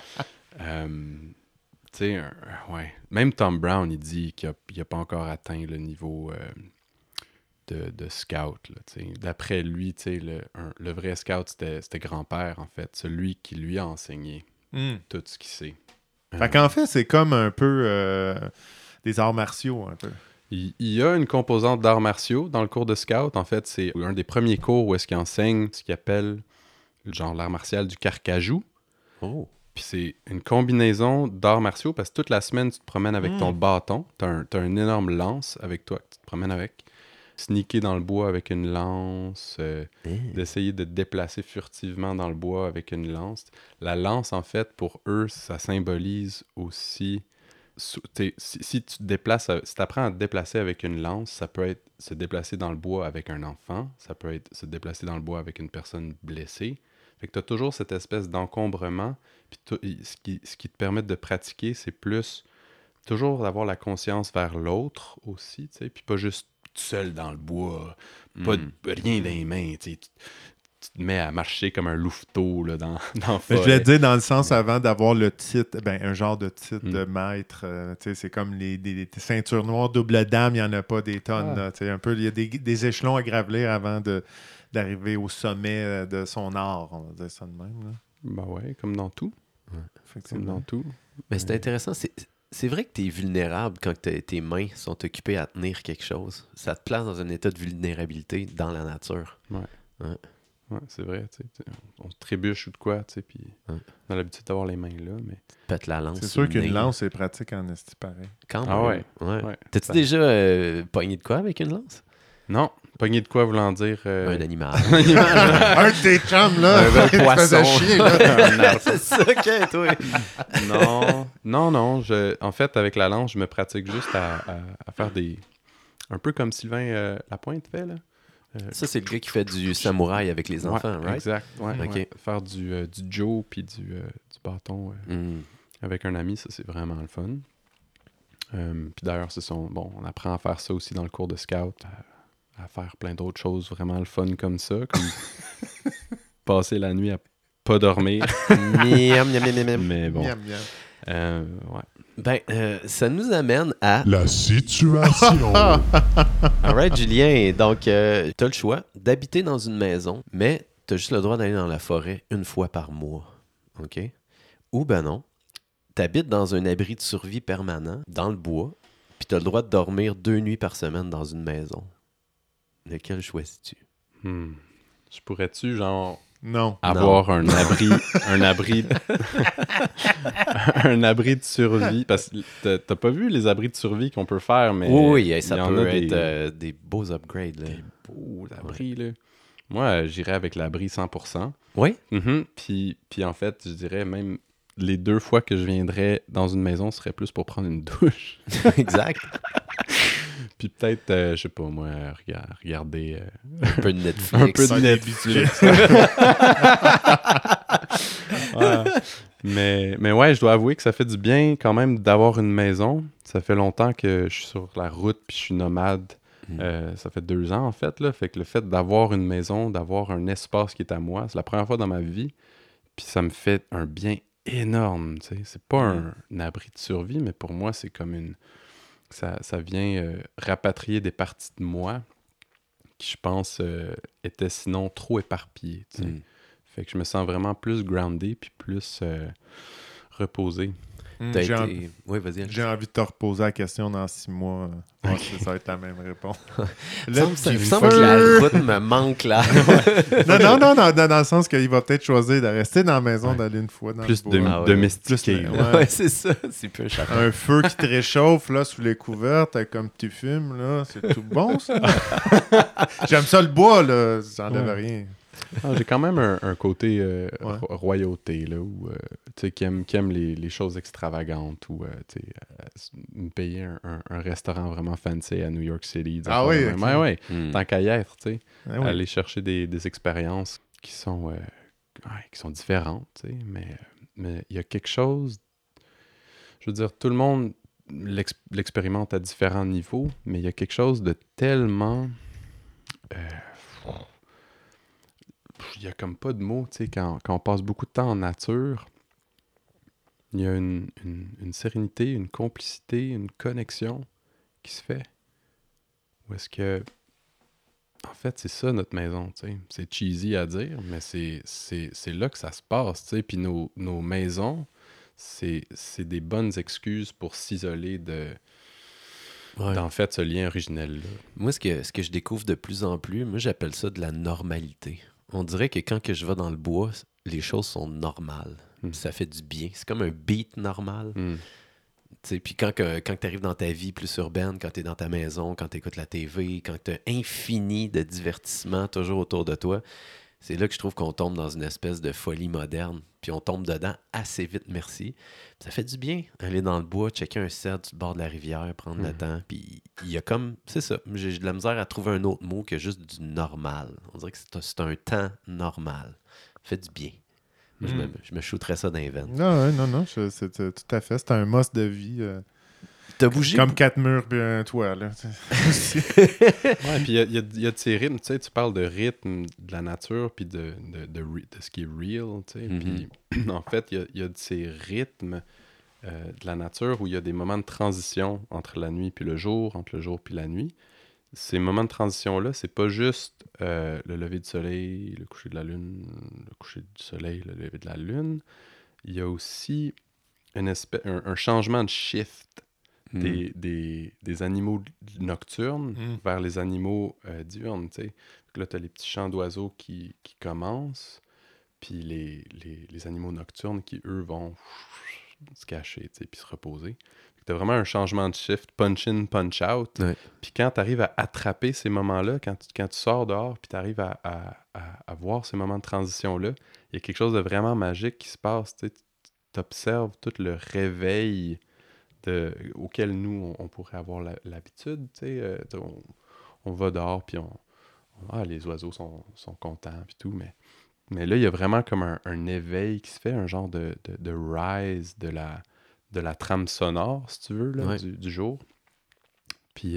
Tu sais, ouais. Même Tom Brown, il dit qu'il n'a pas encore atteint le niveau de scout. Là, tu sais. D'après lui, tu sais, le vrai scout, c'était grand-père, en fait. Celui qui lui a enseigné tout ce qu'il sait. Fait qu'en fait, c'est comme un peu des arts martiaux, un peu. Il y a une composante d'arts martiaux dans le cours de scout. En fait, c'est un des premiers cours où est-ce qu'il enseigne ce qu'il appelle genre l'art martial du carcajou. Oh. Puis c'est une combinaison d'arts martiaux parce que toute la semaine, tu te promènes avec ton bâton. T'as une énorme lance avec toi que tu te promènes avec. Sneaker dans le bois avec une lance. D'essayer de te déplacer furtivement dans le bois avec une lance. La lance, en fait, pour eux, ça symbolise aussi... Si tu te déplaces, si tu apprends à te déplacer avec une lance, ça peut être se déplacer dans le bois avec un enfant, ça peut être se déplacer dans le bois avec une personne blessée. Fait que tu as toujours cette espèce d'encombrement. Puis ce qui te permet de pratiquer, c'est plus toujours d'avoir la conscience vers l'autre aussi, tu sais, puis pas juste tout seul dans le bois, rien dans les mains, tu sais. Tu te mets à marcher comme un louveteau là, dans la Mais forêt. je voulais te dire dans le sens avant d'avoir le titre, un genre de titre de maître. Tu sais, c'est comme des ceintures noires, double dame, il n'y en a pas des tonnes. Là, tu sais, un peu, il y a des échelons à graveler avant d'arriver au sommet de son art, on va dire ça de même. Là. Ben ouais, comme dans tout. Comme dans tout. Mais c'est intéressant. C'est vrai que tu es vulnérable quand tes mains sont occupées à tenir quelque chose. Ça te place dans un état de vulnérabilité dans la nature. Ouais, c'est vrai, tu sais. On trébuche ou de quoi, tu sais, puis on a l'habitude d'avoir les mains là, mais... Pète la lance. C'est sûr qu'une nez. lance est pratique en esti pareil. Quand Ah même. ouais. T'as-tu déjà pogné de quoi avec une lance? Non, pogner de quoi voulant dire... Un animal. Un de tes chums, là! Un bel il te faisait poisson. chier, là. C'est ça, OK, toi. Non. En fait, avec la lance, je me pratique juste à faire des... Un peu comme Sylvain Lapointe fait, là. Ça, c'est le gars qui fait du samouraï avec les enfants, right? Exact, ouais. Ok. Ouais. Faire du Joe puis du bâton avec un ami, ça, c'est vraiment le fun. Puis d'ailleurs, on apprend à faire ça aussi dans le cours de scout, à faire plein d'autres choses vraiment le fun comme ça, comme passer la nuit à pas dormir. Miam, miam, miam, miam. Mais bon, Miam, miam. ouais. Ben, ça nous amène à... La situation. Alright, Julien. Donc, tu as le choix d'habiter dans une maison, mais tu as juste le droit d'aller dans la forêt une fois par mois. OK? Ou ben non, tu habites dans un abri de survie permanent, dans le bois, puis tu as le droit de dormir 2 nuits par semaine dans une maison. Lequel choisis-tu? Je pourrais-tu, genre... Non. Avoir un abri un abri de survie parce que t'as pas vu les abris de survie qu'on peut faire, mais Oui, ça il y en peut a être des beaux upgrades. Là. des beaux abris là. Moi, j'irais avec l'abri 100%. Oui? Puis en fait, je dirais même les 2 fois que je viendrais dans une maison, ce serait plus pour prendre une douche. Exact. Puis peut-être, je sais pas moi, regarder Un peu de Netflix. un peu de Faire des Netflix. Ouais. Mais ouais, je dois avouer que ça fait du bien quand même d'avoir une maison. Ça fait longtemps que je suis sur la route puis je suis nomade. Ça fait 2 ans en fait. Là. Fait que le fait d'avoir une maison, d'avoir un espace qui est à moi, c'est la première fois dans ma vie. Puis ça me fait un bien énorme. Tu sais. C'est pas un abri de survie, mais pour moi, c'est comme une... Ça vient rapatrier des parties de moi qui, je pense, étaient sinon trop éparpillées. Tu sais. Fait que je me sens vraiment plus groundé puis plus reposé. T'as J'ai été... Oui, vas-y. J'ai envie de te reposer la question dans 6 mois. Voir si ça va être la même réponse. Il me semble que la route me manque là. Non, dans le sens qu'il va peut-être choisir de rester dans la maison, d'aller une fois dans Plus le bois. domestiqué. Plus, là. ouais. Ouais, c'est ça. C'est plus un chapeau. Un feu qui te réchauffe là, sous les couvertes, comme tu fumes, là, c'est tout bon, ça. J'aime ça le bois, là. J'enlève rien. Ah, j'ai quand même un côté Ouais. royauté, là, où, tu sais, qui aime les choses extravagantes, ou, tu sais, me payer un restaurant vraiment fancy à New York City. Ah oui, ok. Ouais, Hmm. tant qu'à y être, tu sais. Ah oui. Aller chercher des expériences qui sont différentes, tu sais, mais il y a quelque chose, je veux dire, tout le monde l'expérimente à différents niveaux, mais il y a quelque chose de tellement... il y a comme pas de mots, tu sais, quand on passe beaucoup de temps en nature, il y a une sérénité, une complicité, une connexion qui se fait. Ou est-ce que... En fait, c'est ça notre maison, tu sais. C'est cheesy à dire, mais c'est là que ça se passe, tu sais. Puis nos maisons, c'est des bonnes excuses pour s'isoler Ouais. d'en fait ce lien originel-là. Moi, ce que je découvre de plus en plus, moi, j'appelle ça de la normalité. On dirait que quand que je vais dans le bois, les choses sont normales. Mm. Ça fait du bien. C'est comme un beat normal. Mm. Tu sais, puis quand tu arrives dans ta vie plus urbaine, quand tu es dans ta maison, quand tu écoutes la TV, quand tu as infini de divertissements toujours autour de toi, c'est là que je trouve qu'on tombe dans une espèce de folie moderne. Puis on tombe dedans assez vite, merci. Ça fait du bien, aller dans le bois, checker un cèdre sur le bord de la rivière, prendre le temps. Puis il y a comme, c'est ça, j'ai de la misère à trouver un autre mot que juste du normal. On dirait que c'est un temps normal. Ça fait du bien. Moi, je me shooterais ça dans les veines. Non, c'est tout à fait. C'est un must de vie. T'as bougé? Comme 4 murs et un toit, là. Ouais, puis il y a de ces rythmes, tu sais, tu parles de rythme de la nature, puis de ce qui est real, tu sais. Mhm. Puis en fait, il y a de ces rythmes de la nature où il y a des moments de transition entre la nuit puis le jour, entre le jour puis la nuit. Ces moments de transition-là, c'est pas juste le lever du soleil, le coucher de la lune, le coucher du soleil, le lever de la lune. Il y a aussi un changement de shift des animaux nocturnes vers les animaux diurnes, tu sais. Donc là, tu as les petits chants d'oiseaux qui commencent, puis les animaux nocturnes qui, eux, vont se cacher, tu sais, puis se reposer. Tu as vraiment un changement de shift, punch in, punch out. Ouais. Puis quand tu arrives à attraper ces moments-là, quand tu sors dehors, puis tu arrives à voir ces moments de transition-là, il y a quelque chose de vraiment magique qui se passe, tu sais. Tu observes tout le réveil auquel nous, on pourrait avoir l'habitude, tu sais. On va dehors, puis les oiseaux sont contents, puis tout, mais là, il y a vraiment comme un éveil qui se fait, un genre de rise de la trame sonore, si tu veux, là, Ouais. du jour. Puis,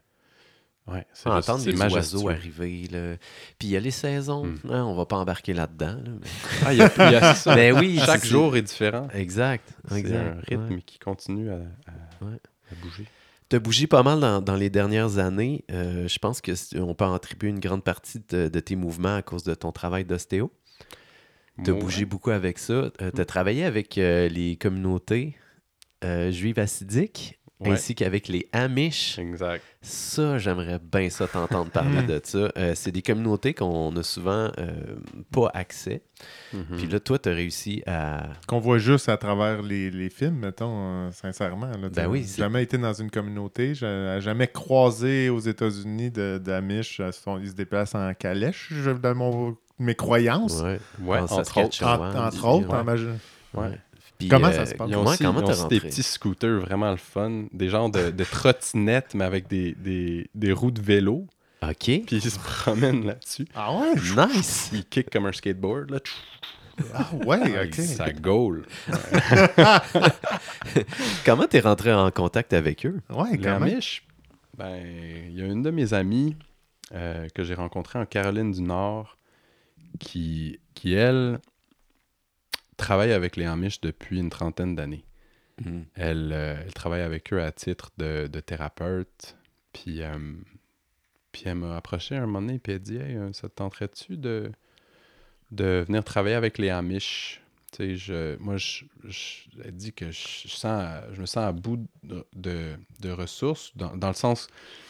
c'est Entendre c'est les majestueux. oiseaux arriver. Là. Puis il y a les saisons. Hein, on va pas embarquer là-dedans. Là, mais... Ah, il y a ça. Ben oui, Chaque c'est- jour est différent. Exact. C'est exact. un rythme Ouais. qui continue à Ouais. bouger. Tu as bougé pas mal dans les dernières années. Je pense qu'on peut en attribuer une grande partie de tes mouvements à cause de ton travail d'ostéo. Tu as Ouais. bougé beaucoup avec ça. Tu as travaillé avec les communautés juives hassidiques Ouais. ainsi qu'avec les Amish. Exact. Ça, j'aimerais bien ça t'entendre parler de ça. C'est des communautés qu'on a souvent pas accès. Mhm. Puis là, toi, tu as réussi à... Qu'on voit juste à travers les films, mettons, sincèrement. Là, Ben oui, J'ai c'est- jamais été dans une communauté. J'ai jamais croisé aux États-Unis d'Amish. Ils se déplacent en calèche, dans mes croyances. Ouais, en entre autres. Saskatchewan, Entre autres, ouais. Ouais. Puis, Comment ça se passe? Ils ont aussi, comment ils ont t'as aussi des rentré? petits scooters vraiment le fun, des genres de trottinettes, mais avec des roues de vélo. OK. Puis ils se promènent là-dessus. Ah ouais? Nice! Ils kickent comme un skateboard. Là. Ah ouais, ok. Ça gaule. Comment t'es rentré en contact avec eux? Ouais, Les quand même. Amish, il y a une de mes amies que j'ai rencontrée en Caroline du Nord qui elle, travaille avec les Amish depuis une trentaine d'années. Mm. Elle travaille avec eux à titre de thérapeute. Puis elle m'a approché un moment donné et elle dit « Hey, ça te tenterait-tu de venir travailler avec les Amish? » Elle dit que je me sens à bout de ressources, dans le sens,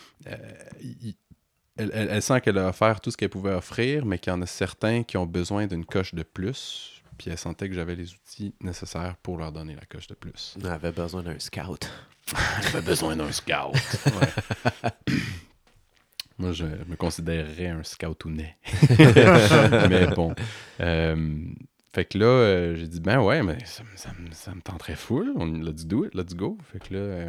elle sent qu'elle a offert tout ce qu'elle pouvait offrir, mais qu'il y en a certains qui ont besoin d'une coche de plus, puis elle sentait que j'avais les outils nécessaires pour leur donner la coche de plus. On avait besoin d'un scout. J'avais besoin d'un scout. Ouais. Moi, je me considérerais un scoutounet. Mais bon. Fait que là, j'ai dit, ben ouais, mais ça me tenterait full. Let's do it, let's go. Fait que là,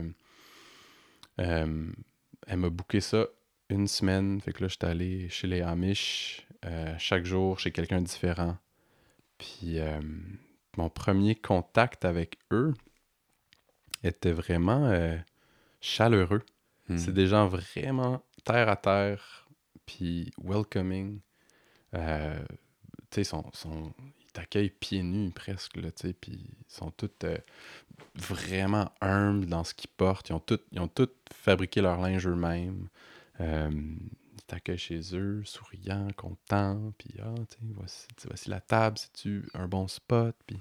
elle m'a booké ça une semaine. Fait que là, j'étais allé chez les Amish chaque jour, chez quelqu'un de différent. Puis mon premier contact avec eux était vraiment chaleureux. C'est des gens vraiment terre à terre, puis welcoming. Tu sais, ils t'accueillent pieds nus presque, là, tu sais, puis ils sont tous vraiment humbles dans ce qu'ils portent. Ils ont tous fabriqué leur linge eux-mêmes. Ils t'accueillent chez eux, souriants, contents, puis tu sais, voici la table, c'est-tu un bon spot, puis...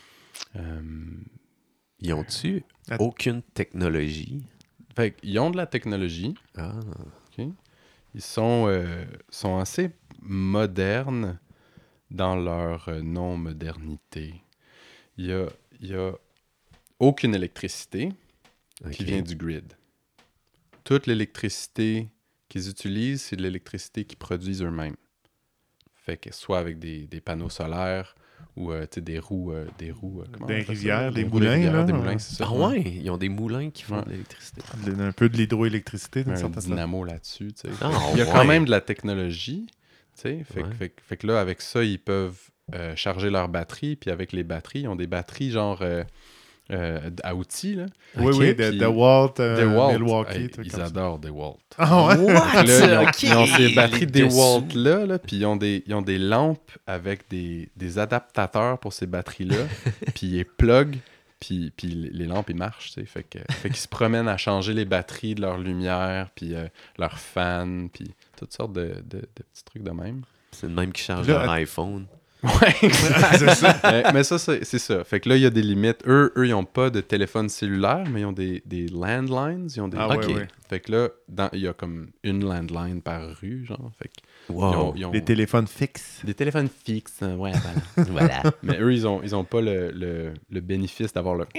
Ils ont-tu aucune technologie? Fait qu'ils ont de la technologie. Ah. Okay. Ils sont assez modernes dans leur non-modernité. Il y a aucune électricité qui vient du grid. Toute l'électricité qu'ils utilisent, c'est de l'électricité qu'ils produisent eux-mêmes. Fait que soit avec des panneaux solaires ou des roues. Des rivières, des moulins. Là, des moulins, c'est ça. Ah ouais, ils ont des moulins qui font de l'électricité. Un peu de l'hydroélectricité d'une Un certaine façon. dynamo là-dessus. Ah, il y a quand même de la technologie. Fait que là, avec ça, ils peuvent charger leur batterie. Puis avec les batteries, ils ont des batteries genre à outils. Là. Oui, DeWalt, Milwaukee. Hey, ils adorent DeWalt. Ah ouais? Là, ils ont ces batteries DeWalt là, puis ils ont des lampes avec des adaptateurs pour ces batteries-là. Puis ils les pluguent, puis les lampes, ils marchent. Fait qu'ils se promènent à changer les batteries de leur lumière, puis leurs fans, puis toutes sortes de petits trucs de même. C'est le même qui change Là, leur iPhone. Ouais, c'est ça. mais ça, c'est ça. Fait que là, il y a des limites. Eux, ils n'ont pas de téléphone cellulaire, mais ils ont des landlines. Ils ont des... Ah ouais. Fait que là, il y a comme une landline par rue, genre. Fait que Wow. ils ont Les téléphones fixes. des téléphones fixes. Ouais, voilà. Voilà. Mais eux, ils ont pas le bénéfice d'avoir le...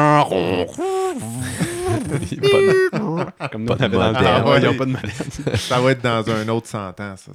Comme nous, on avait dans le moderne. temps. Ouais, Ils n'ont pas de moderne. Ça va être dans un autre 100 ans, ça.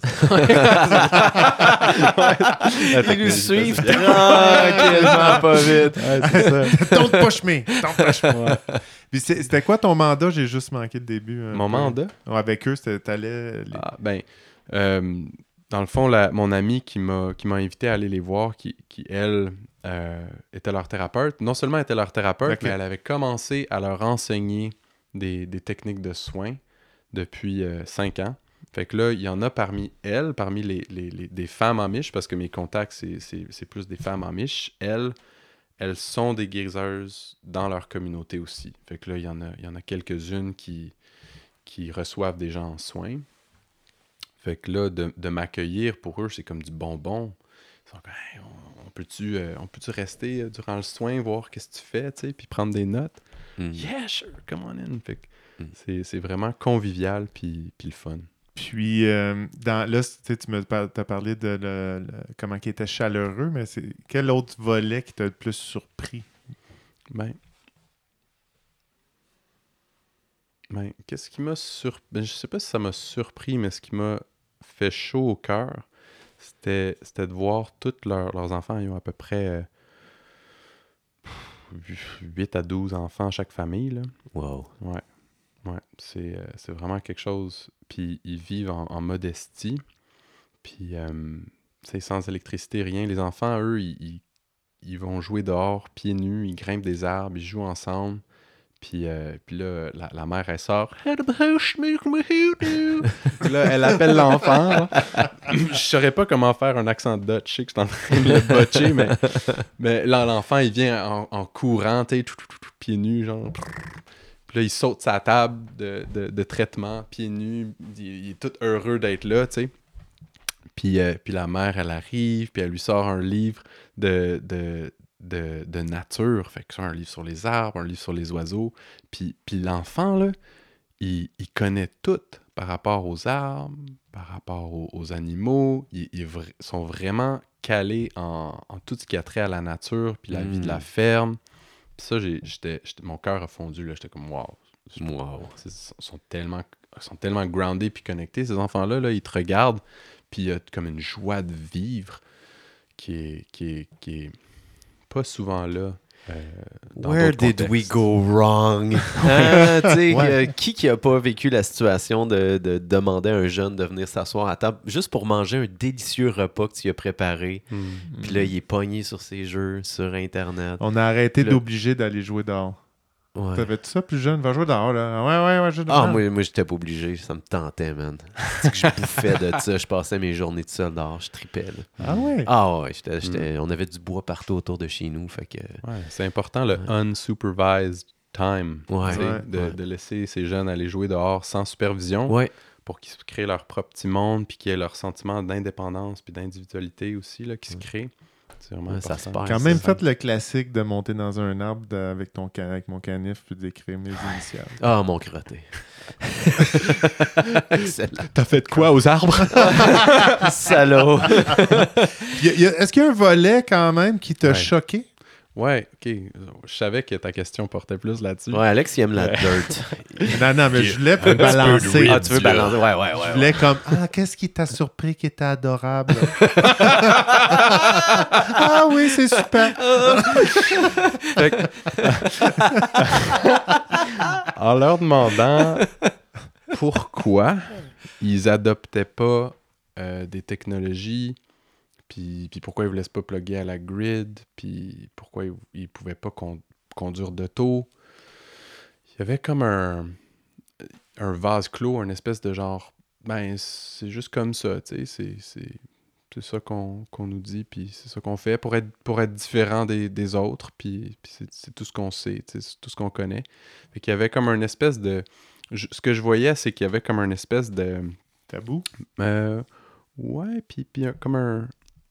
Ils nous suivent tranquillement, pas vite. Ouais, c'est ça. Don't push me. Puis c'était quoi ton mandat? J'ai juste manqué le début. Mon mandat? Ouais, avec eux, t'allais... Dans le fond, mon amie qui m'a invité à aller les voir, qui elle, était leur thérapeute, non seulement était leur thérapeute, mais elle avait commencé à leur enseigner des techniques de soins depuis 5 ans. Fait que là, il y en a parmi des femmes amish, parce que mes contacts, c'est plus des femmes amish. Elles sont des guérisseuses dans leur communauté aussi. Fait que là, il y en a quelques-unes qui reçoivent des gens en soins. Fait que là, de m'accueillir, pour eux, c'est comme du bonbon. Ils sont comme, hey, on peut-tu rester durant le soin, voir qu'est-ce que tu fais, tu sais, puis prendre des notes? Yeah, sure, come on in. Fait que c'est vraiment convivial, puis le fun. Puis, là, tu m'as parlé de comment il était chaleureux, mais quel autre volet qui t'a le plus surpris? Ben, qu'est-ce qui m'a surpris? Ben, je sais pas si ça m'a surpris, mais ce qui m'a fait chaud au cœur, c'était de voir tous leurs enfants. Ils ont à peu près 8 à 12 enfants chaque famille. Là. Wow. Ouais. C'est vraiment quelque chose. Puis ils vivent en modestie. Puis, sans électricité, rien. Les enfants, eux, ils vont jouer dehors, pieds nus, ils grimpent des arbres, ils jouent ensemble. Puis là, la mère, elle sort. Puis là, elle appelle l'enfant. Je saurais pas comment faire un accent Dutch. Je sais que je suis en train de le botcher, mais là, l'enfant, il vient en courant, tu sais, tout, pieds nus, genre. Puis là, il saute sa table de traitement, pieds nus. Il est tout heureux d'être là, tu sais. Puis la mère, elle arrive, puis elle lui sort un livre de nature. Fait que c'est un livre sur les arbres, un livre sur les oiseaux. Puis l'enfant, là, il connaît tout par rapport aux arbres, par rapport aux animaux. Ils sont vraiment calés en tout ce qui a trait à la nature, puis la vie de la ferme. Puis ça, mon cœur a fondu, là. J'étais comme, wow. Wow. Ils sont tellement groundés puis connectés, ces enfants-là. Là, ils te regardent, puis il y a comme une joie de vivre qui est pas souvent là. Where did we go wrong? Qui a pas vécu la situation de demander à un jeune de venir s'asseoir à table juste pour manger un délicieux repas que tu as préparé? Puis là, il est pogné sur ses jeux, sur Internet. On a arrêté d'obliger d'aller jouer dehors. Ouais. T'avais-tu ça plus jeune? Va jouer dehors, là. Ouais, je Ah, moi, j'étais pas obligé. Ça me tentait, man. C'est que je bouffais de ça. Je passais mes journées tout seul dehors. Je tripais, là. Ah ouais? Ah ouais, on avait du bois partout autour de chez nous. Fait que... Ouais, c'est important, le unsupervised time. Ouais. De laisser ces jeunes aller jouer dehors sans supervision pour qu'ils se créent leur propre petit monde puis qu'ils aient leur sentiment d'indépendance puis d'individualité aussi là, qui se crée. C'est vraiment important. Ça se passe. Quand même fait le classique de monter dans un arbre avec mon canif puis d'écrire mes initiales. Ah, mon crotté. Excellent. T'as fait quoi aux arbres? Salaud. Est-ce qu'il y a un volet quand même qui t'a choqué? Ouais, ok. Je savais que ta question portait plus là-dessus. Ouais, Alex, il aime la dirt. Non, mais je voulais balancer. Ah, tu veux balancer? Ouais. Je voulais comme, qu'est-ce qui t'a surpris qui était adorable? Ah oui, c'est super. En leur demandant pourquoi ils adoptaient pas des technologies, puis pourquoi ils ne vous laissent pas plugger à la grid, puis pourquoi ils ne pouvaient pas conduire d'auto. Il y avait comme un vase clos, une espèce de genre, c'est juste comme ça, tu sais, c'est ça qu'on nous dit, puis c'est ça qu'on fait pour être différent des autres, puis c'est tout ce qu'on sait, c'est tout ce qu'on connaît. Fait qu'il y avait comme une espèce de... ce que je voyais, c'est qu'il y avait comme une espèce de... Tabou? Ouais, puis comme un...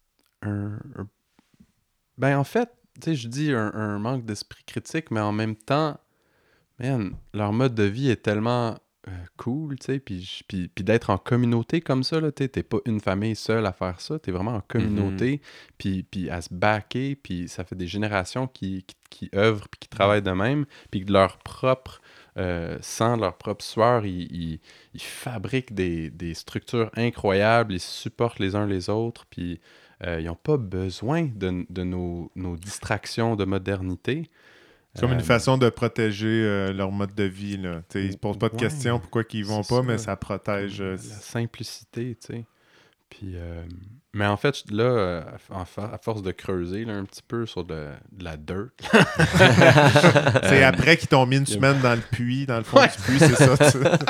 en fait, tu sais, je dis un manque d'esprit critique, mais en même temps, man, leur mode de vie est tellement cool, tu sais, puis d'être en communauté comme ça, là, t'es pas une famille seule à faire ça, t'es vraiment en communauté, puis à se backer, puis ça fait des générations qui œuvrent, puis qui travaillent de même, puis de leur propre sang, de leur propre sueur, ils fabriquent des structures incroyables, ils supportent les uns les autres, puis ils n'ont pas besoin de nos distractions de modernité. C'est comme une façon de protéger leur mode de vie. Là. Ils ne se posent pas de questions pourquoi ils vont pas, mais ça protège. La simplicité, tu sais. Puis, mais en fait, là, à force de creuser là, un petit peu sur de la dirt. C'est après qu'ils t'ont mis une semaine dans le puits, dans le fond du puits, c'est ça.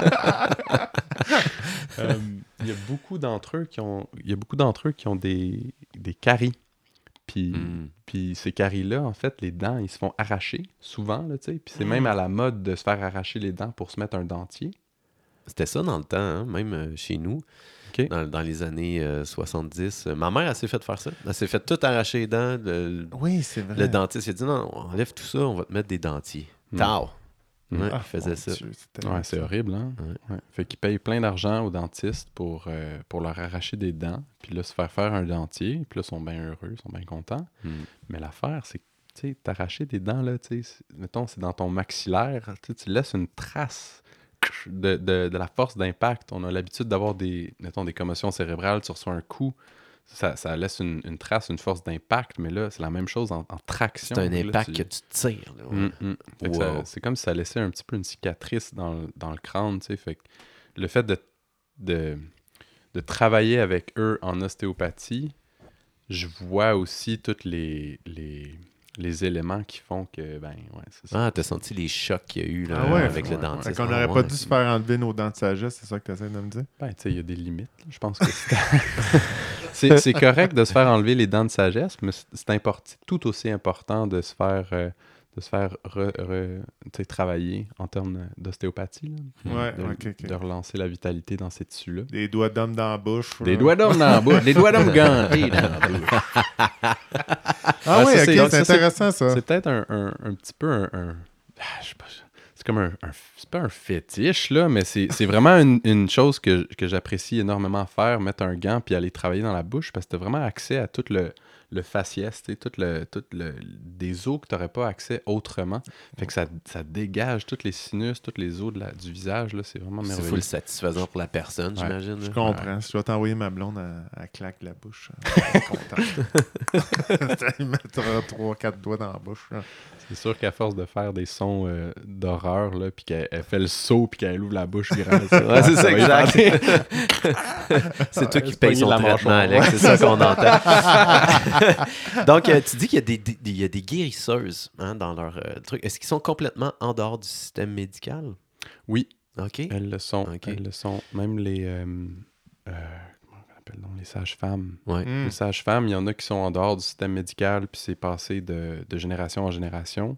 Il y a beaucoup d'entre eux qui ont des caries. Puis ces caries-là, en fait, les dents, ils se font arracher souvent, là, tu sais. Puis c'est même à la mode de se faire arracher les dents pour se mettre un dentier. C'était ça dans le temps, hein, même chez nous. Okay. Dans les années 70. Ma mère, elle s'est fait faire ça. Elle s'est fait tout arracher les dents. Oui, c'est vrai. Le dentiste, il a dit non, enlève tout ça, on va te mettre des dentiers. Tao! Ouais, il faisait ça. Dieu, c'est horrible, hein? Ouais. Fait qu'ils payent plein d'argent aux dentistes pour leur arracher des dents, puis là, se faire un dentier, puis là, ils sont bien heureux, ils sont bien contents. Mais l'affaire, c'est que, tu sais, t'arracher des dents, là, tu sais, mettons, c'est dans ton maxillaire, tu laisses une trace de la force d'impact. On a l'habitude d'avoir des commotions cérébrales, tu reçois un coup, ça laisse une trace, une force d'impact, mais là, c'est la même chose en traction. C'est un impact que tu tires. Là, wow. C'est comme si ça laissait un petit peu une cicatrice dans le crâne, tu sais. Fait que le fait de travailler avec eux en ostéopathie, je vois aussi tous les éléments qui font que, c'est ça. Ah, t'as senti les chocs qu'il y a eu là, avec le dentiste. Qu'on n'aurait pas dû se faire enlever nos dents de sagesse, c'est ça que tu essaies de me dire? Tu sais, il y a des limites. Je pense que c'est correct de se faire enlever les dents de sagesse, mais c'est tout aussi important de se faire de se faire tu sais, travailler en termes d'ostéopathie. Là. Ouais, De ok. relancer la vitalité dans ces tissus-là. Des doigts d'homme dans la bouche. Des là. doigts d'homme dans la bouche, des doigts d'homme gantés dans la bouche. Ah Ah, oui, ça, ok, c'est- donc c'est ça, c'est- intéressant ça. C'est peut-être un petit peu je sais pas, c'est comme c'est pas un fétiche, là, mais c'est vraiment une chose que j'apprécie énormément faire, mettre un gant puis aller travailler dans la bouche, parce que t'as vraiment accès à tout le faciès, tu sais, des os que t'aurais pas accès autrement. Fait que ça dégage toutes les sinus, toutes les os du visage, là, c'est vraiment C'est merveilleux. full satisfaisant pour la personne, Ouais. j'imagine. Je là. comprends. Je dois t'envoyer ma blonde à claque la bouche. Elle est contente. Elle mettra 3-4 doigts dans la bouche. Là. C'est sûr qu'à force de faire des sons d'horreur, là, puis qu'elle fait le saut, puis qu'elle ouvre la bouche grande, Ouais, c'est ça, va y exact. faire C'est toi qui se payes pogner son la traitement, mâchoire. Alex. C'est ça qu'on entend. Donc, tu dis qu'il y a des guérisseuses dans leur truc. Est-ce qu'ils sont complètement en dehors du système médical? Oui, OK. elles le sont. Ok. Elles le sont. Même les... comment on appelle donc, les sages-femmes. Ouais. Mm. Les sages-femmes, il y en a qui sont en dehors du système médical, puis c'est passé de génération en génération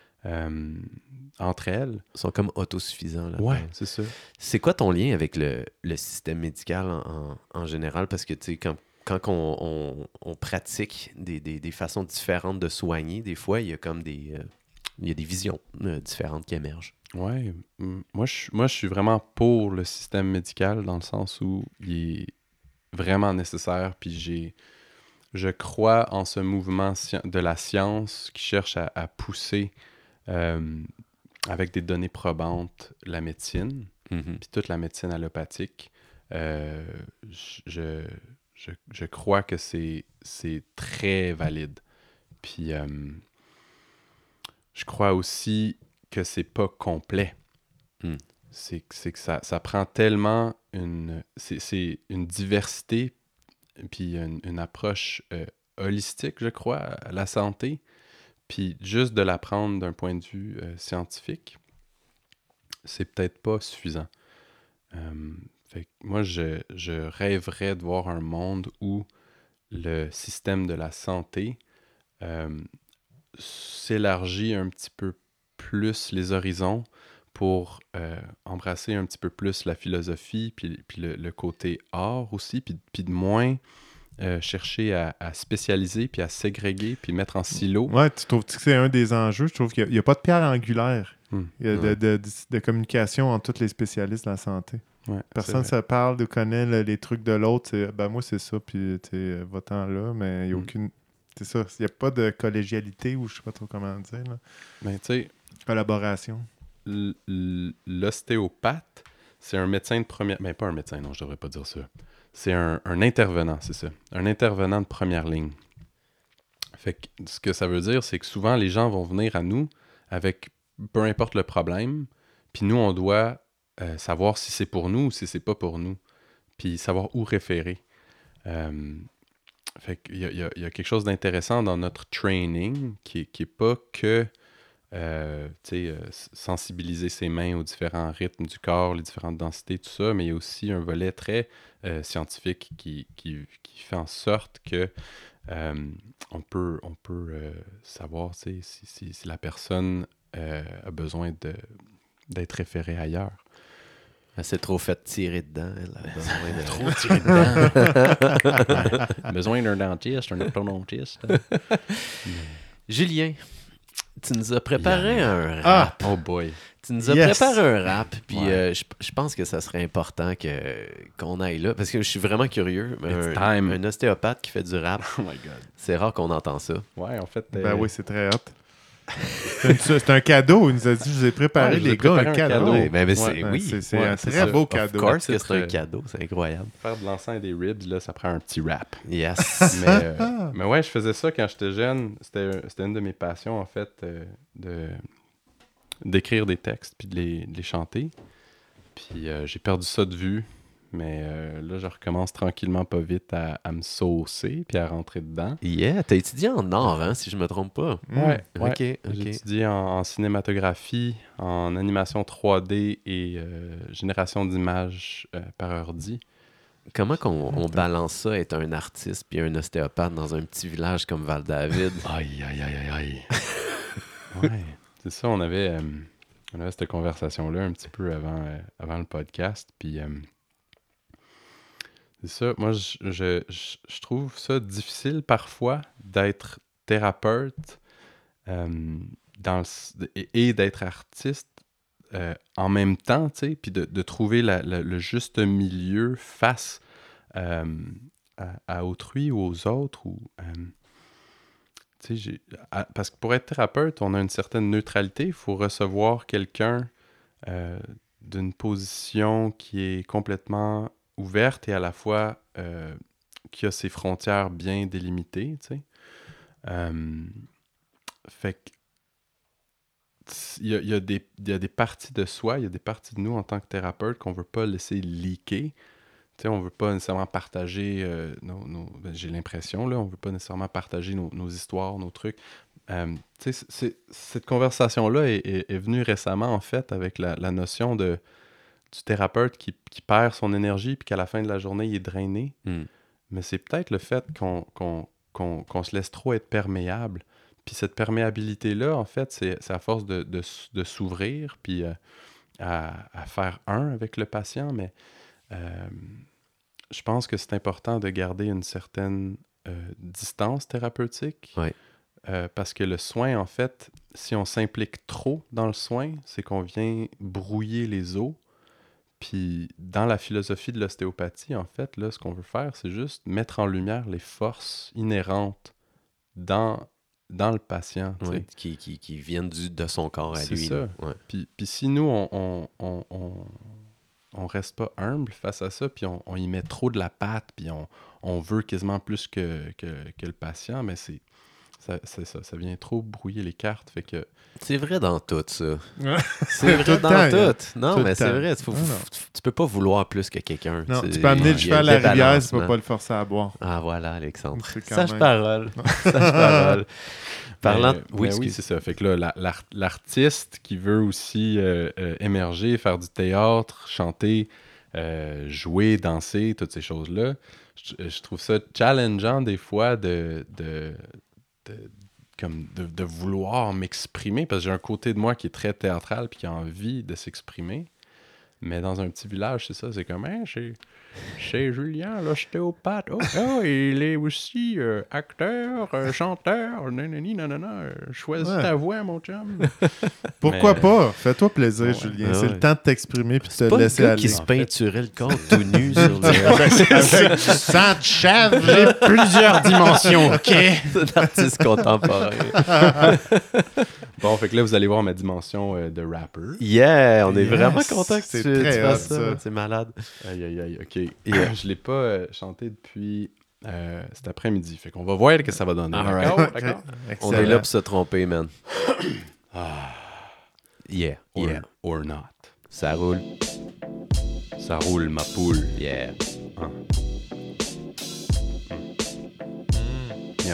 entre elles. Ils sont comme autosuffisants. Là, c'est ça. C'est quoi ton lien avec le système médical en général? Parce que, tu sais, quand on pratique des façons différentes de soigner, des fois, il y a comme il y a des visions différentes qui émergent. Ouais. Moi, je suis vraiment pour le système médical dans le sens où il est vraiment nécessaire, puis je crois en ce mouvement de la science qui cherche à pousser avec des données probantes la médecine, Mhm. puis toute la médecine allopathique. Je crois que c'est très valide. Puis je crois aussi que c'est pas complet. Mm. C'est que ça prend tellement c'est une diversité puis une approche holistique, je crois, à la santé. Puis juste de l'apprendre d'un point de vue scientifique, c'est peut-être pas suffisant. Fait que moi, je rêverais de voir un monde où le système de la santé s'élargit un petit peu plus les horizons pour embrasser un petit peu plus la philosophie, puis le côté art aussi, puis de moins chercher à spécialiser, puis à ségréguer, puis mettre en silo. Ouais, tu trouves que c'est un des enjeux? Je trouve qu'il n'y a pas de pierre angulaire. Il y a de communication entre tous les spécialistes de la santé. Ouais, Personne ne se parle, connaît les trucs de l'autre. Moi, c'est ça, puis va-t'en là, mais il n'y a aucune... C'est ça, il n'y a pas de collégialité, ou je ne sais pas trop comment dire. Là. Mais tu sais, collaboration. L'ostéopathe, c'est un médecin de première... Mais pas un médecin, non, je devrais pas dire ça. C'est un intervenant, c'est ça. Un intervenant de première ligne. Fait que ce que ça veut dire, c'est que souvent, les gens vont venir à nous avec peu importe le problème, puis nous, on doit savoir si c'est pour nous ou si c'est pas pour nous, puis savoir où référer. Fait qu'il y a quelque chose d'intéressant dans notre training qui est pas que sensibiliser ses mains aux différents rythmes du corps, les différentes densités, tout ça, mais il y a aussi un volet très scientifique qui fait en sorte que on peut savoir si la personne a besoin d'être référée ailleurs. Elle s'est trop fait tirer dedans. Elle a besoin de... Trop tiré dedans. Besoin d'un dentiste, un orthodontiste. Julien, tu nous as préparé un rap. Oh boy. Tu nous as préparé un rap, puis je pense que ça serait important qu'on aille là, parce que je suis vraiment curieux. Un ostéopathe qui fait du rap, Oh my God. c'est rare qu'on entend ça. Ouais, en fait... Ben oui, c'est très hot. C'est un cadeau. Il nous a dit, je vous ai préparé, les gars, un cadeau. Ouais, Oui, c'est un c'est très ça. beau Of cadeau. course que c'est Titre, un cadeau, c'est incroyable. Faire de l'encens et des ribs, là, ça prend un petit rap. Yes. Mais ouais, je faisais ça quand j'étais jeune. C'était une de mes passions, en fait, d'écrire des textes puis de les chanter. Puis j'ai perdu ça de vue. Mais là, je recommence tranquillement pas vite à me saucer puis à rentrer dedans. Yeah, t'as étudié en art, hein, si je me trompe pas. Ouais. Ok. J'ai étudié en cinématographie, en animation 3D et génération d'images par ordi. Comment on balance ça, être un artiste puis un ostéopathe dans un petit village comme Val-David? Aïe, aïe, aïe, aïe, aïe. Ouais, c'est ça, on avait cette conversation-là un petit peu avant le podcast, puis c'est ça, moi je trouve ça difficile parfois d'être thérapeute et d'être artiste en même temps, tu sais, puis de trouver le juste milieu face à autrui ou aux autres, ou... Tu sais, parce que pour être thérapeute, on a une certaine neutralité. Il faut recevoir quelqu'un d'une position qui est complètement ouverte et à la fois qui a ses frontières bien délimitées. Tu sais. Fait que il y a des parties de soi, il y a des parties de nous en tant que thérapeute qu'on ne veut pas laisser leaker. Tu sais, on ne veut pas nécessairement partager j'ai l'impression, là, on ne veut pas nécessairement partager nos histoires, nos trucs. Tu sais, cette conversation-là est venue récemment, en fait, avec la notion du thérapeute qui perd son énergie puis qu'à la fin de la journée, il est drainé. Mais c'est peut-être le fait qu'on se laisse trop être perméable. Puis cette perméabilité-là, en fait, c'est à force de s'ouvrir puis à faire un avec le patient, mais... je pense que c'est important de garder une certaine distance thérapeutique. Ouais. Parce que le soin, en fait, si on s'implique trop dans le soin, c'est qu'on vient brouiller les os. Puis dans la philosophie de l'ostéopathie, en fait, là, ce qu'on veut faire, c'est juste mettre en lumière les forces inhérentes dans le patient. Ouais, qui viennent de son corps à c'est lui. Ça. Ouais. Puis si nous, on reste pas humble face à ça, puis on y met trop de la patte, puis on veut quasiment plus que le patient, mais ça vient trop brouiller les cartes, fait que... C'est vrai dans tout, ça. Ouais. C'est vrai Tout dans le temps, tout. Non, tout mais le c'est temps. vrai. Non. Tu peux pas vouloir plus que quelqu'un. Non, tu peux amener le cheval à la rivière, tu peux pas le forcer à boire. Ah, voilà, Alexandre. C'est quand Sage même- parole. Sage parole. Parlant... Oui, excuse. c'est ça. Fait que là, l'artiste qui veut aussi émerger, faire du théâtre, chanter, jouer, danser, toutes ces choses-là, je trouve ça challengeant des fois de vouloir m'exprimer, parce que j'ai un côté de moi qui est très théâtral puis qui a envie de s'exprimer. Mais dans un petit village, c'est ça, c'est comme « c'est Julien, l'ostéopathe. Oh, il est aussi acteur, chanteur, nanana, choisis ta voix, mon chum. » Pourquoi Mais- pas? Fais-toi plaisir, Ouais. Julien. Ouais. C'est le temps de t'exprimer puis de te Pas le laisser gars aller. qui se peinturait le corps tout nu sur le... Avec du sang de chèvre. J'ai plusieurs dimensions, OK? C'est un artiste contemporain. Bon, fait que là, vous allez voir ma dimension de rapper. Yeah, on est Yes, vraiment content que c'est tu très fasses hot, ça. ça. C'est malade. Aïe, aïe, aïe, OK. Yeah. Je l'ai pas chanté depuis cet après-midi. Fait qu'on va voir ce que ça va donner. All D'accord? right. D'accord? On est là pour se tromper, man. Yeah, Or, yeah. or not. Ça roule. Ça roule, ma poule. Yeah. Yeah.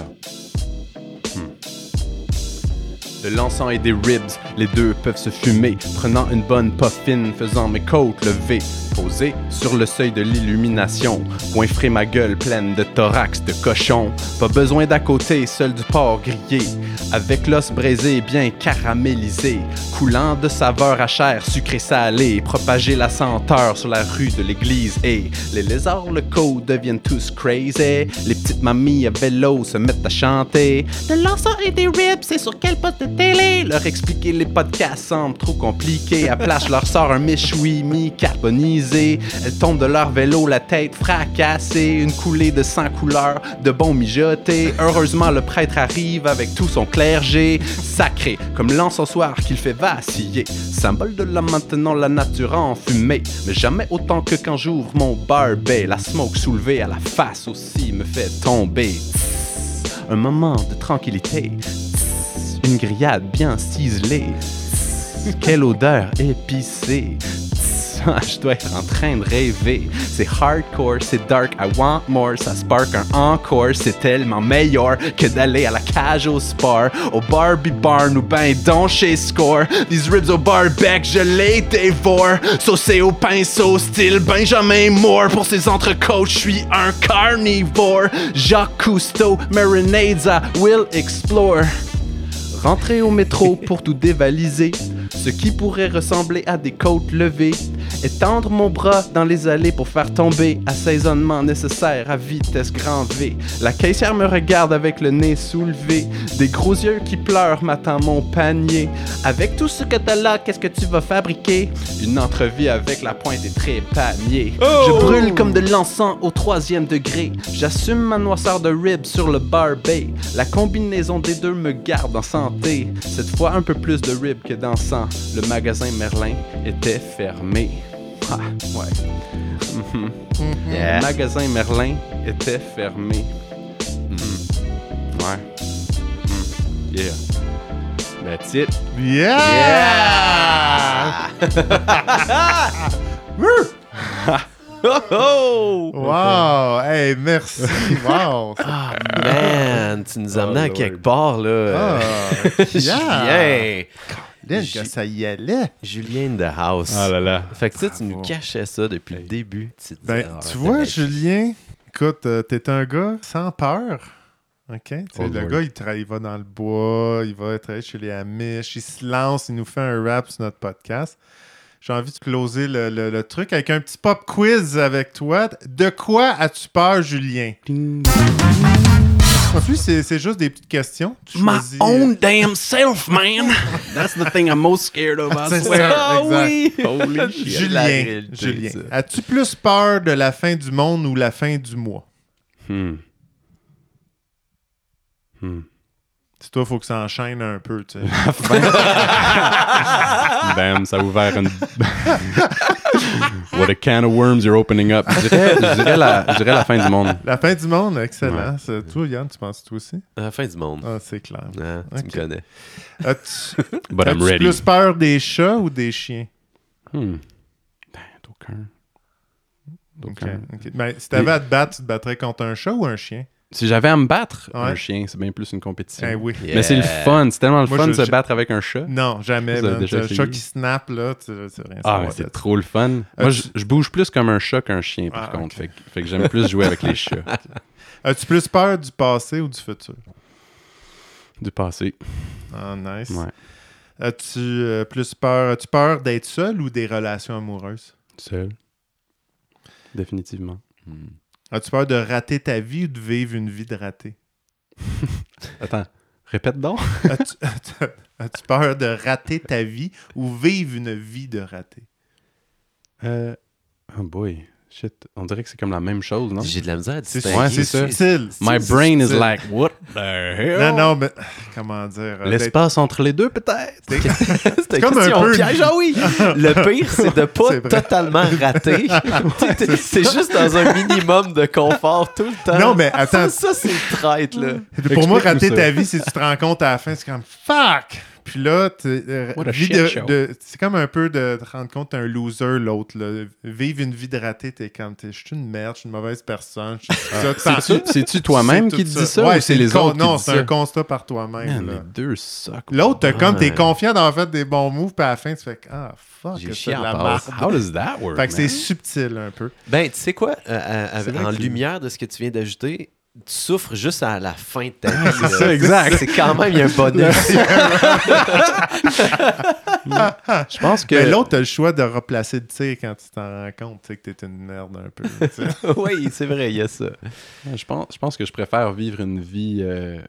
De l'encens et des ribs, les deux peuvent se fumer. Prenant une bonne puffine, faisant mes côtes levées. Posé sur le seuil de l'illumination. Coinfrer ma gueule pleine de thorax de cochon. Pas besoin d'à côté, seul du porc grillé. Avec l'os braisé bien caramélisé. Coulant de saveur à chair sucrée salée. Propager la senteur sur la rue de l'église. Et les lézards locaux deviennent tous crazy. Les petites mamies à vélo se mettent à chanter. De l'encens et des ribs, c'est sur quel poste de télé? Leur expliquer les podcasts semble trop compliqué. À place, je leur sors un méchoui mi-carbonisé. Elles tombent de leur vélo, la tête fracassée. Une coulée de 100 couleurs, de bons mijotés. Heureusement, le prêtre arrive avec tout son clergé. Sacré, comme l'encensoir qu'il fait vaciller. Symbole de la maintenant, la nature en fumée. Mais jamais autant que quand j'ouvre mon barbet. La smoke soulevée à la face aussi me fait tomber. Tss, un moment de tranquillité. Tss, une grillade bien ciselée. Tss, quelle odeur épicée. Je dois être en train de rêver. C'est hardcore, c'est dark, I want more. Ça spark un encore, c'est tellement meilleur que d'aller à la cage au spar, au Barbie Barn ou ben donc chez Score. These ribs au barbecue, je les dévore. Saucé au pinceau, style Benjamin Moore. Pour ces entrecôtes, je suis un carnivore. Jacques Cousteau, marinades à Will Explore. Rentrer au métro pour tout dévaliser, ce qui pourrait ressembler à des côtes levées. Étendre mon bras dans les allées pour faire tomber assaisonnement nécessaire à vitesse grand V. La caissière me regarde avec le nez soulevé, des gros yeux qui pleurent m'attend mon panier. Avec tout ce que t'as là, qu'est-ce que tu vas fabriquer? Une entrevue avec la pointe des trépaniers. Je brûle comme de l'encens au 3e degré. J'assume ma noirceur de ribs sur le barbet. La combinaison des deux me garde en santé. Cette fois un peu plus de ribs que d'encens. Le magasin Merlin était fermé. Ah, ouais. Yeah. Le magasin Merlin était fermé. Ouais. Yeah. That's it. Yeah! Oh, oh! Wow! Hey, merci! Wow! Ah, man, tu nous as amené à quelque part, là. Ah, Julien! Que ça y allait! Julien in the house. Ah là là. Fait que tu nous cachais ça depuis le début. Tu te dis, Ben, ah, tu vois, t'aurais- Julien, écoute, t'es un gars sans peur. OK? Tu sais, Oh le Lord. gars, il va dans le bois, il va travailler chez les Amish, il se lance, il nous fait un rap sur notre podcast. J'ai envie de closer le truc avec un petit pop quiz avec toi. De quoi as-tu peur, Julien? C'est juste des petites questions. Tu My choisis- own damn self, man. That's the thing I'm most scared of. I C'est swear. ça. Ah Exact. oui! Holy shit. C'est la Julien, réalité, Julien, ça. as-tu plus peur de la fin du monde ou la fin du mois? Si toi, il faut que ça enchaîne un peu, tu sais. Damn, ça a ouvert une... What a can of worms you're opening up. Je dirais la fin du monde. La fin du monde, excellent. C'est toi, Yann, tu penses toi aussi? À la fin du monde. Ah, c'est clair. Ah, tu Ok. me connais. As-tu But I'm as-tu ready. plus peur des chats ou des chiens? D'aucun. Ok. Ben, si t'avais à te battre, tu te battrais contre un chat ou un chien? Si j'avais à me battre, Ouais. un chien, c'est bien plus une compétition. Eh oui. Mais c'est le fun. C'est tellement le Moi, fun de je- se battre avec un chat. Non, jamais. Vous avez man. déjà Un essayé? chat qui snap, là, c'est rien. Ah, savoir c'est de- trop le fun. Ah, Moi, tu- je bouge plus comme un chat qu'un chien, par Ah, contre. ok. Fait que j'aime plus jouer avec les chats. As-tu plus peur du passé ou du futur? Du passé. Ah, nice. Ouais. As-tu as-tu peur d'être seul ou des relations amoureuses? Seul. Définitivement. As-tu peur de rater ta vie ou de vivre une vie de raté? Attends, répète donc. As-tu peur de rater ta vie ou vivre une vie de raté? Oh boy. Shit. On dirait que c'est comme la même chose, non? J'ai de la misère à C'est distinguer. Ouais, c'est ça. subtil. My C'est brain is subtil. like, what the hell? Non, non, mais comment dire? L'espace entre les deux, peut-être? C'est comme un peu- piège. Ah oui! Le pire, c'est de pas C'est vrai. totalement rater. C'est juste dans un minimum de confort tout le temps. Non, mais attends. Ça c'est le traite, là. Pour moi, Explique-nous rater ça. ta vie, si tu te rends compte à la fin, c'est comme fuck! Puis là, What a vie shit show. c'est comme un peu de te rendre compte que t'es un loser, l'autre. Là. Vivre une vie de raté, t'es comme, je suis une merde, je suis une mauvaise personne. Je suis ça. C'est-tu toi-même C'est qui tout te dis ça Ouais, ou c'est les le autres Non, qui c'est disent un ça? constat par toi-même. Man, là. les deux suck. L'autre, t'as comme, t'es Ouais. confiant d'avoir fait des bons moves, puis à la fin, tu fais que, ah, fuck, J'ai c'est chié de en la passe. merde. How does that work, Fait que c'est man? subtil un peu. Ben, tu sais quoi? C'est vrai En que- lumière de ce que tu viens d'ajouter, tu souffres juste à la fin de ta vie. c'est là. ça, exact. C'est quand même, il y a un bonus. Je pense que... Mais l'autre, t'as le choix de replacer le tir quand tu t'en rends compte, tu sais, que t'es une merde un peu. tu sais. Oui, c'est vrai, il y a ça. Je pense que je préfère vivre une vie...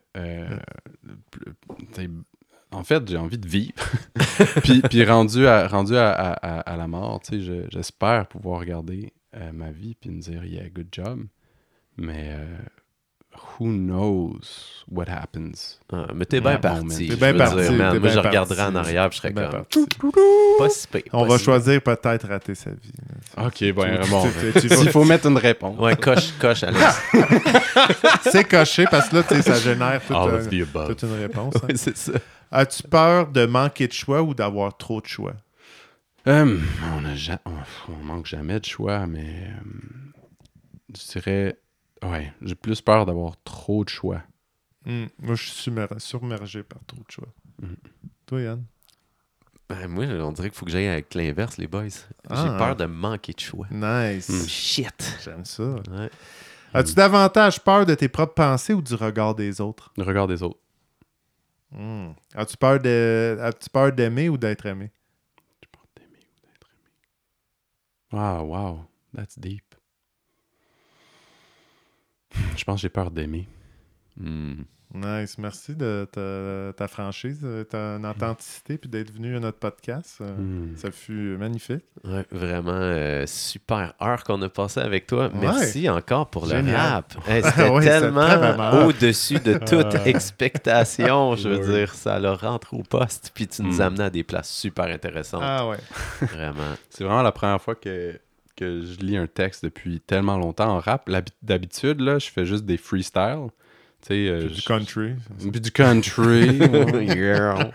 t'sais, en fait, j'ai envie de vivre. puis rendu à la mort, tu sais, j'espère pouvoir regarder ma vie puis me dire, yeah, good job. Mais who knows what happens? Ah, mais t'es bien Ouais, bon, parti. man. je T'es bien veux parti, dire, man, t'es moi, bien je regarderais parti. en arrière et je serais Ben comme... parti. Pas si pire. On pas va si choisir peut-être rater sa vie. OK, bon. Tu vas- S'il faut mettre une réponse. Ouais, coche, Alex. C'est coché parce que là, tu sais, ça génère All of the above. toute une réponse. hein. Ouais, c'est ça. As-tu peur de manquer de choix ou d'avoir trop de choix? On manque jamais de choix, mais je dirais... Ouais, j'ai plus peur d'avoir trop de choix. Moi, je suis submergé par trop de choix. Toi, Yann? Ben, moi, on dirait qu'il faut que j'aille avec l'inverse, les boys. Ah. J'ai peur de manquer de choix. Nice. Shit. J'aime ça. Ouais. As-tu davantage peur de tes propres pensées ou du regard des autres? Le regard des autres. As-tu peur d'aimer ou d'être aimé? J'ai peur d'aimer ou d'être aimé. Wow, that's deep. Je pense que j'ai peur d'aimer. Nice. Merci de ta franchise, ton authenticité, puis d'être venu à notre podcast. Ça fut magnifique. Ouais, vraiment super heure qu'on a passé avec toi. Merci encore pour le rap. Hey, c'était Ouais, tellement au-dessus de toute expectation. Je veux dire, ça l'a rentré au poste, puis tu nous amenais à des places super intéressantes. Ah ouais. Vraiment. C'est vraiment la première fois que je lis un texte depuis tellement longtemps en rap. D'habitude, là, je fais juste des freestyles. Du country. Puis du country. Yeah.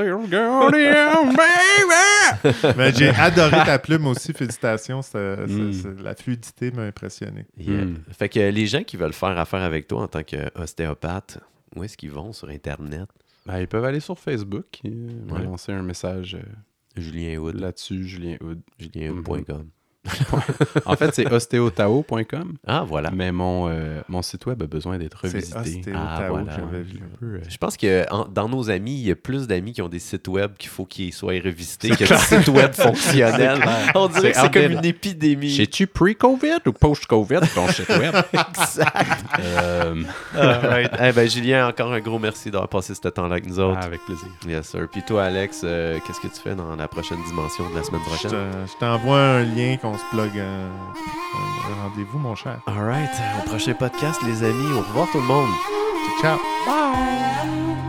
Mais j'ai adoré ta plume aussi. Félicitations. La fluidité m'a impressionné. Yeah. Fait que les gens qui veulent faire affaire avec toi en tant qu'ostéopathe, où est-ce qu'ils vont sur Internet? Ils peuvent aller sur Facebook et lancer un message Julien Hood. là-dessus, Julien Hood. JulienHood.com. En fait, c'est ostéotao.com. Ah, voilà. Mais mon site web a besoin d'être revisité. C'est Ah, voilà. j'avais vu. Je pense que dans nos amis, il y a plus d'amis qui ont des sites web qu'il faut qu'ils soient revisités que des sites web fonctionnels. On dirait que c'est comme une épidémie. C'est-tu pre-COVID ou post-COVID ton site web? Exact. Right. Eh ben, Julien, encore un gros merci d'avoir passé ce temps-là avec nous autres. Avec plaisir. Yes, sir. Puis toi, Alex, qu'est-ce que tu fais dans la prochaine dimension de la semaine prochaine? Je t'envoie un lien qu'on se plug un rendez-vous, mon cher. All right. Au prochain podcast, les amis. Au revoir tout le monde. Ciao. Bye!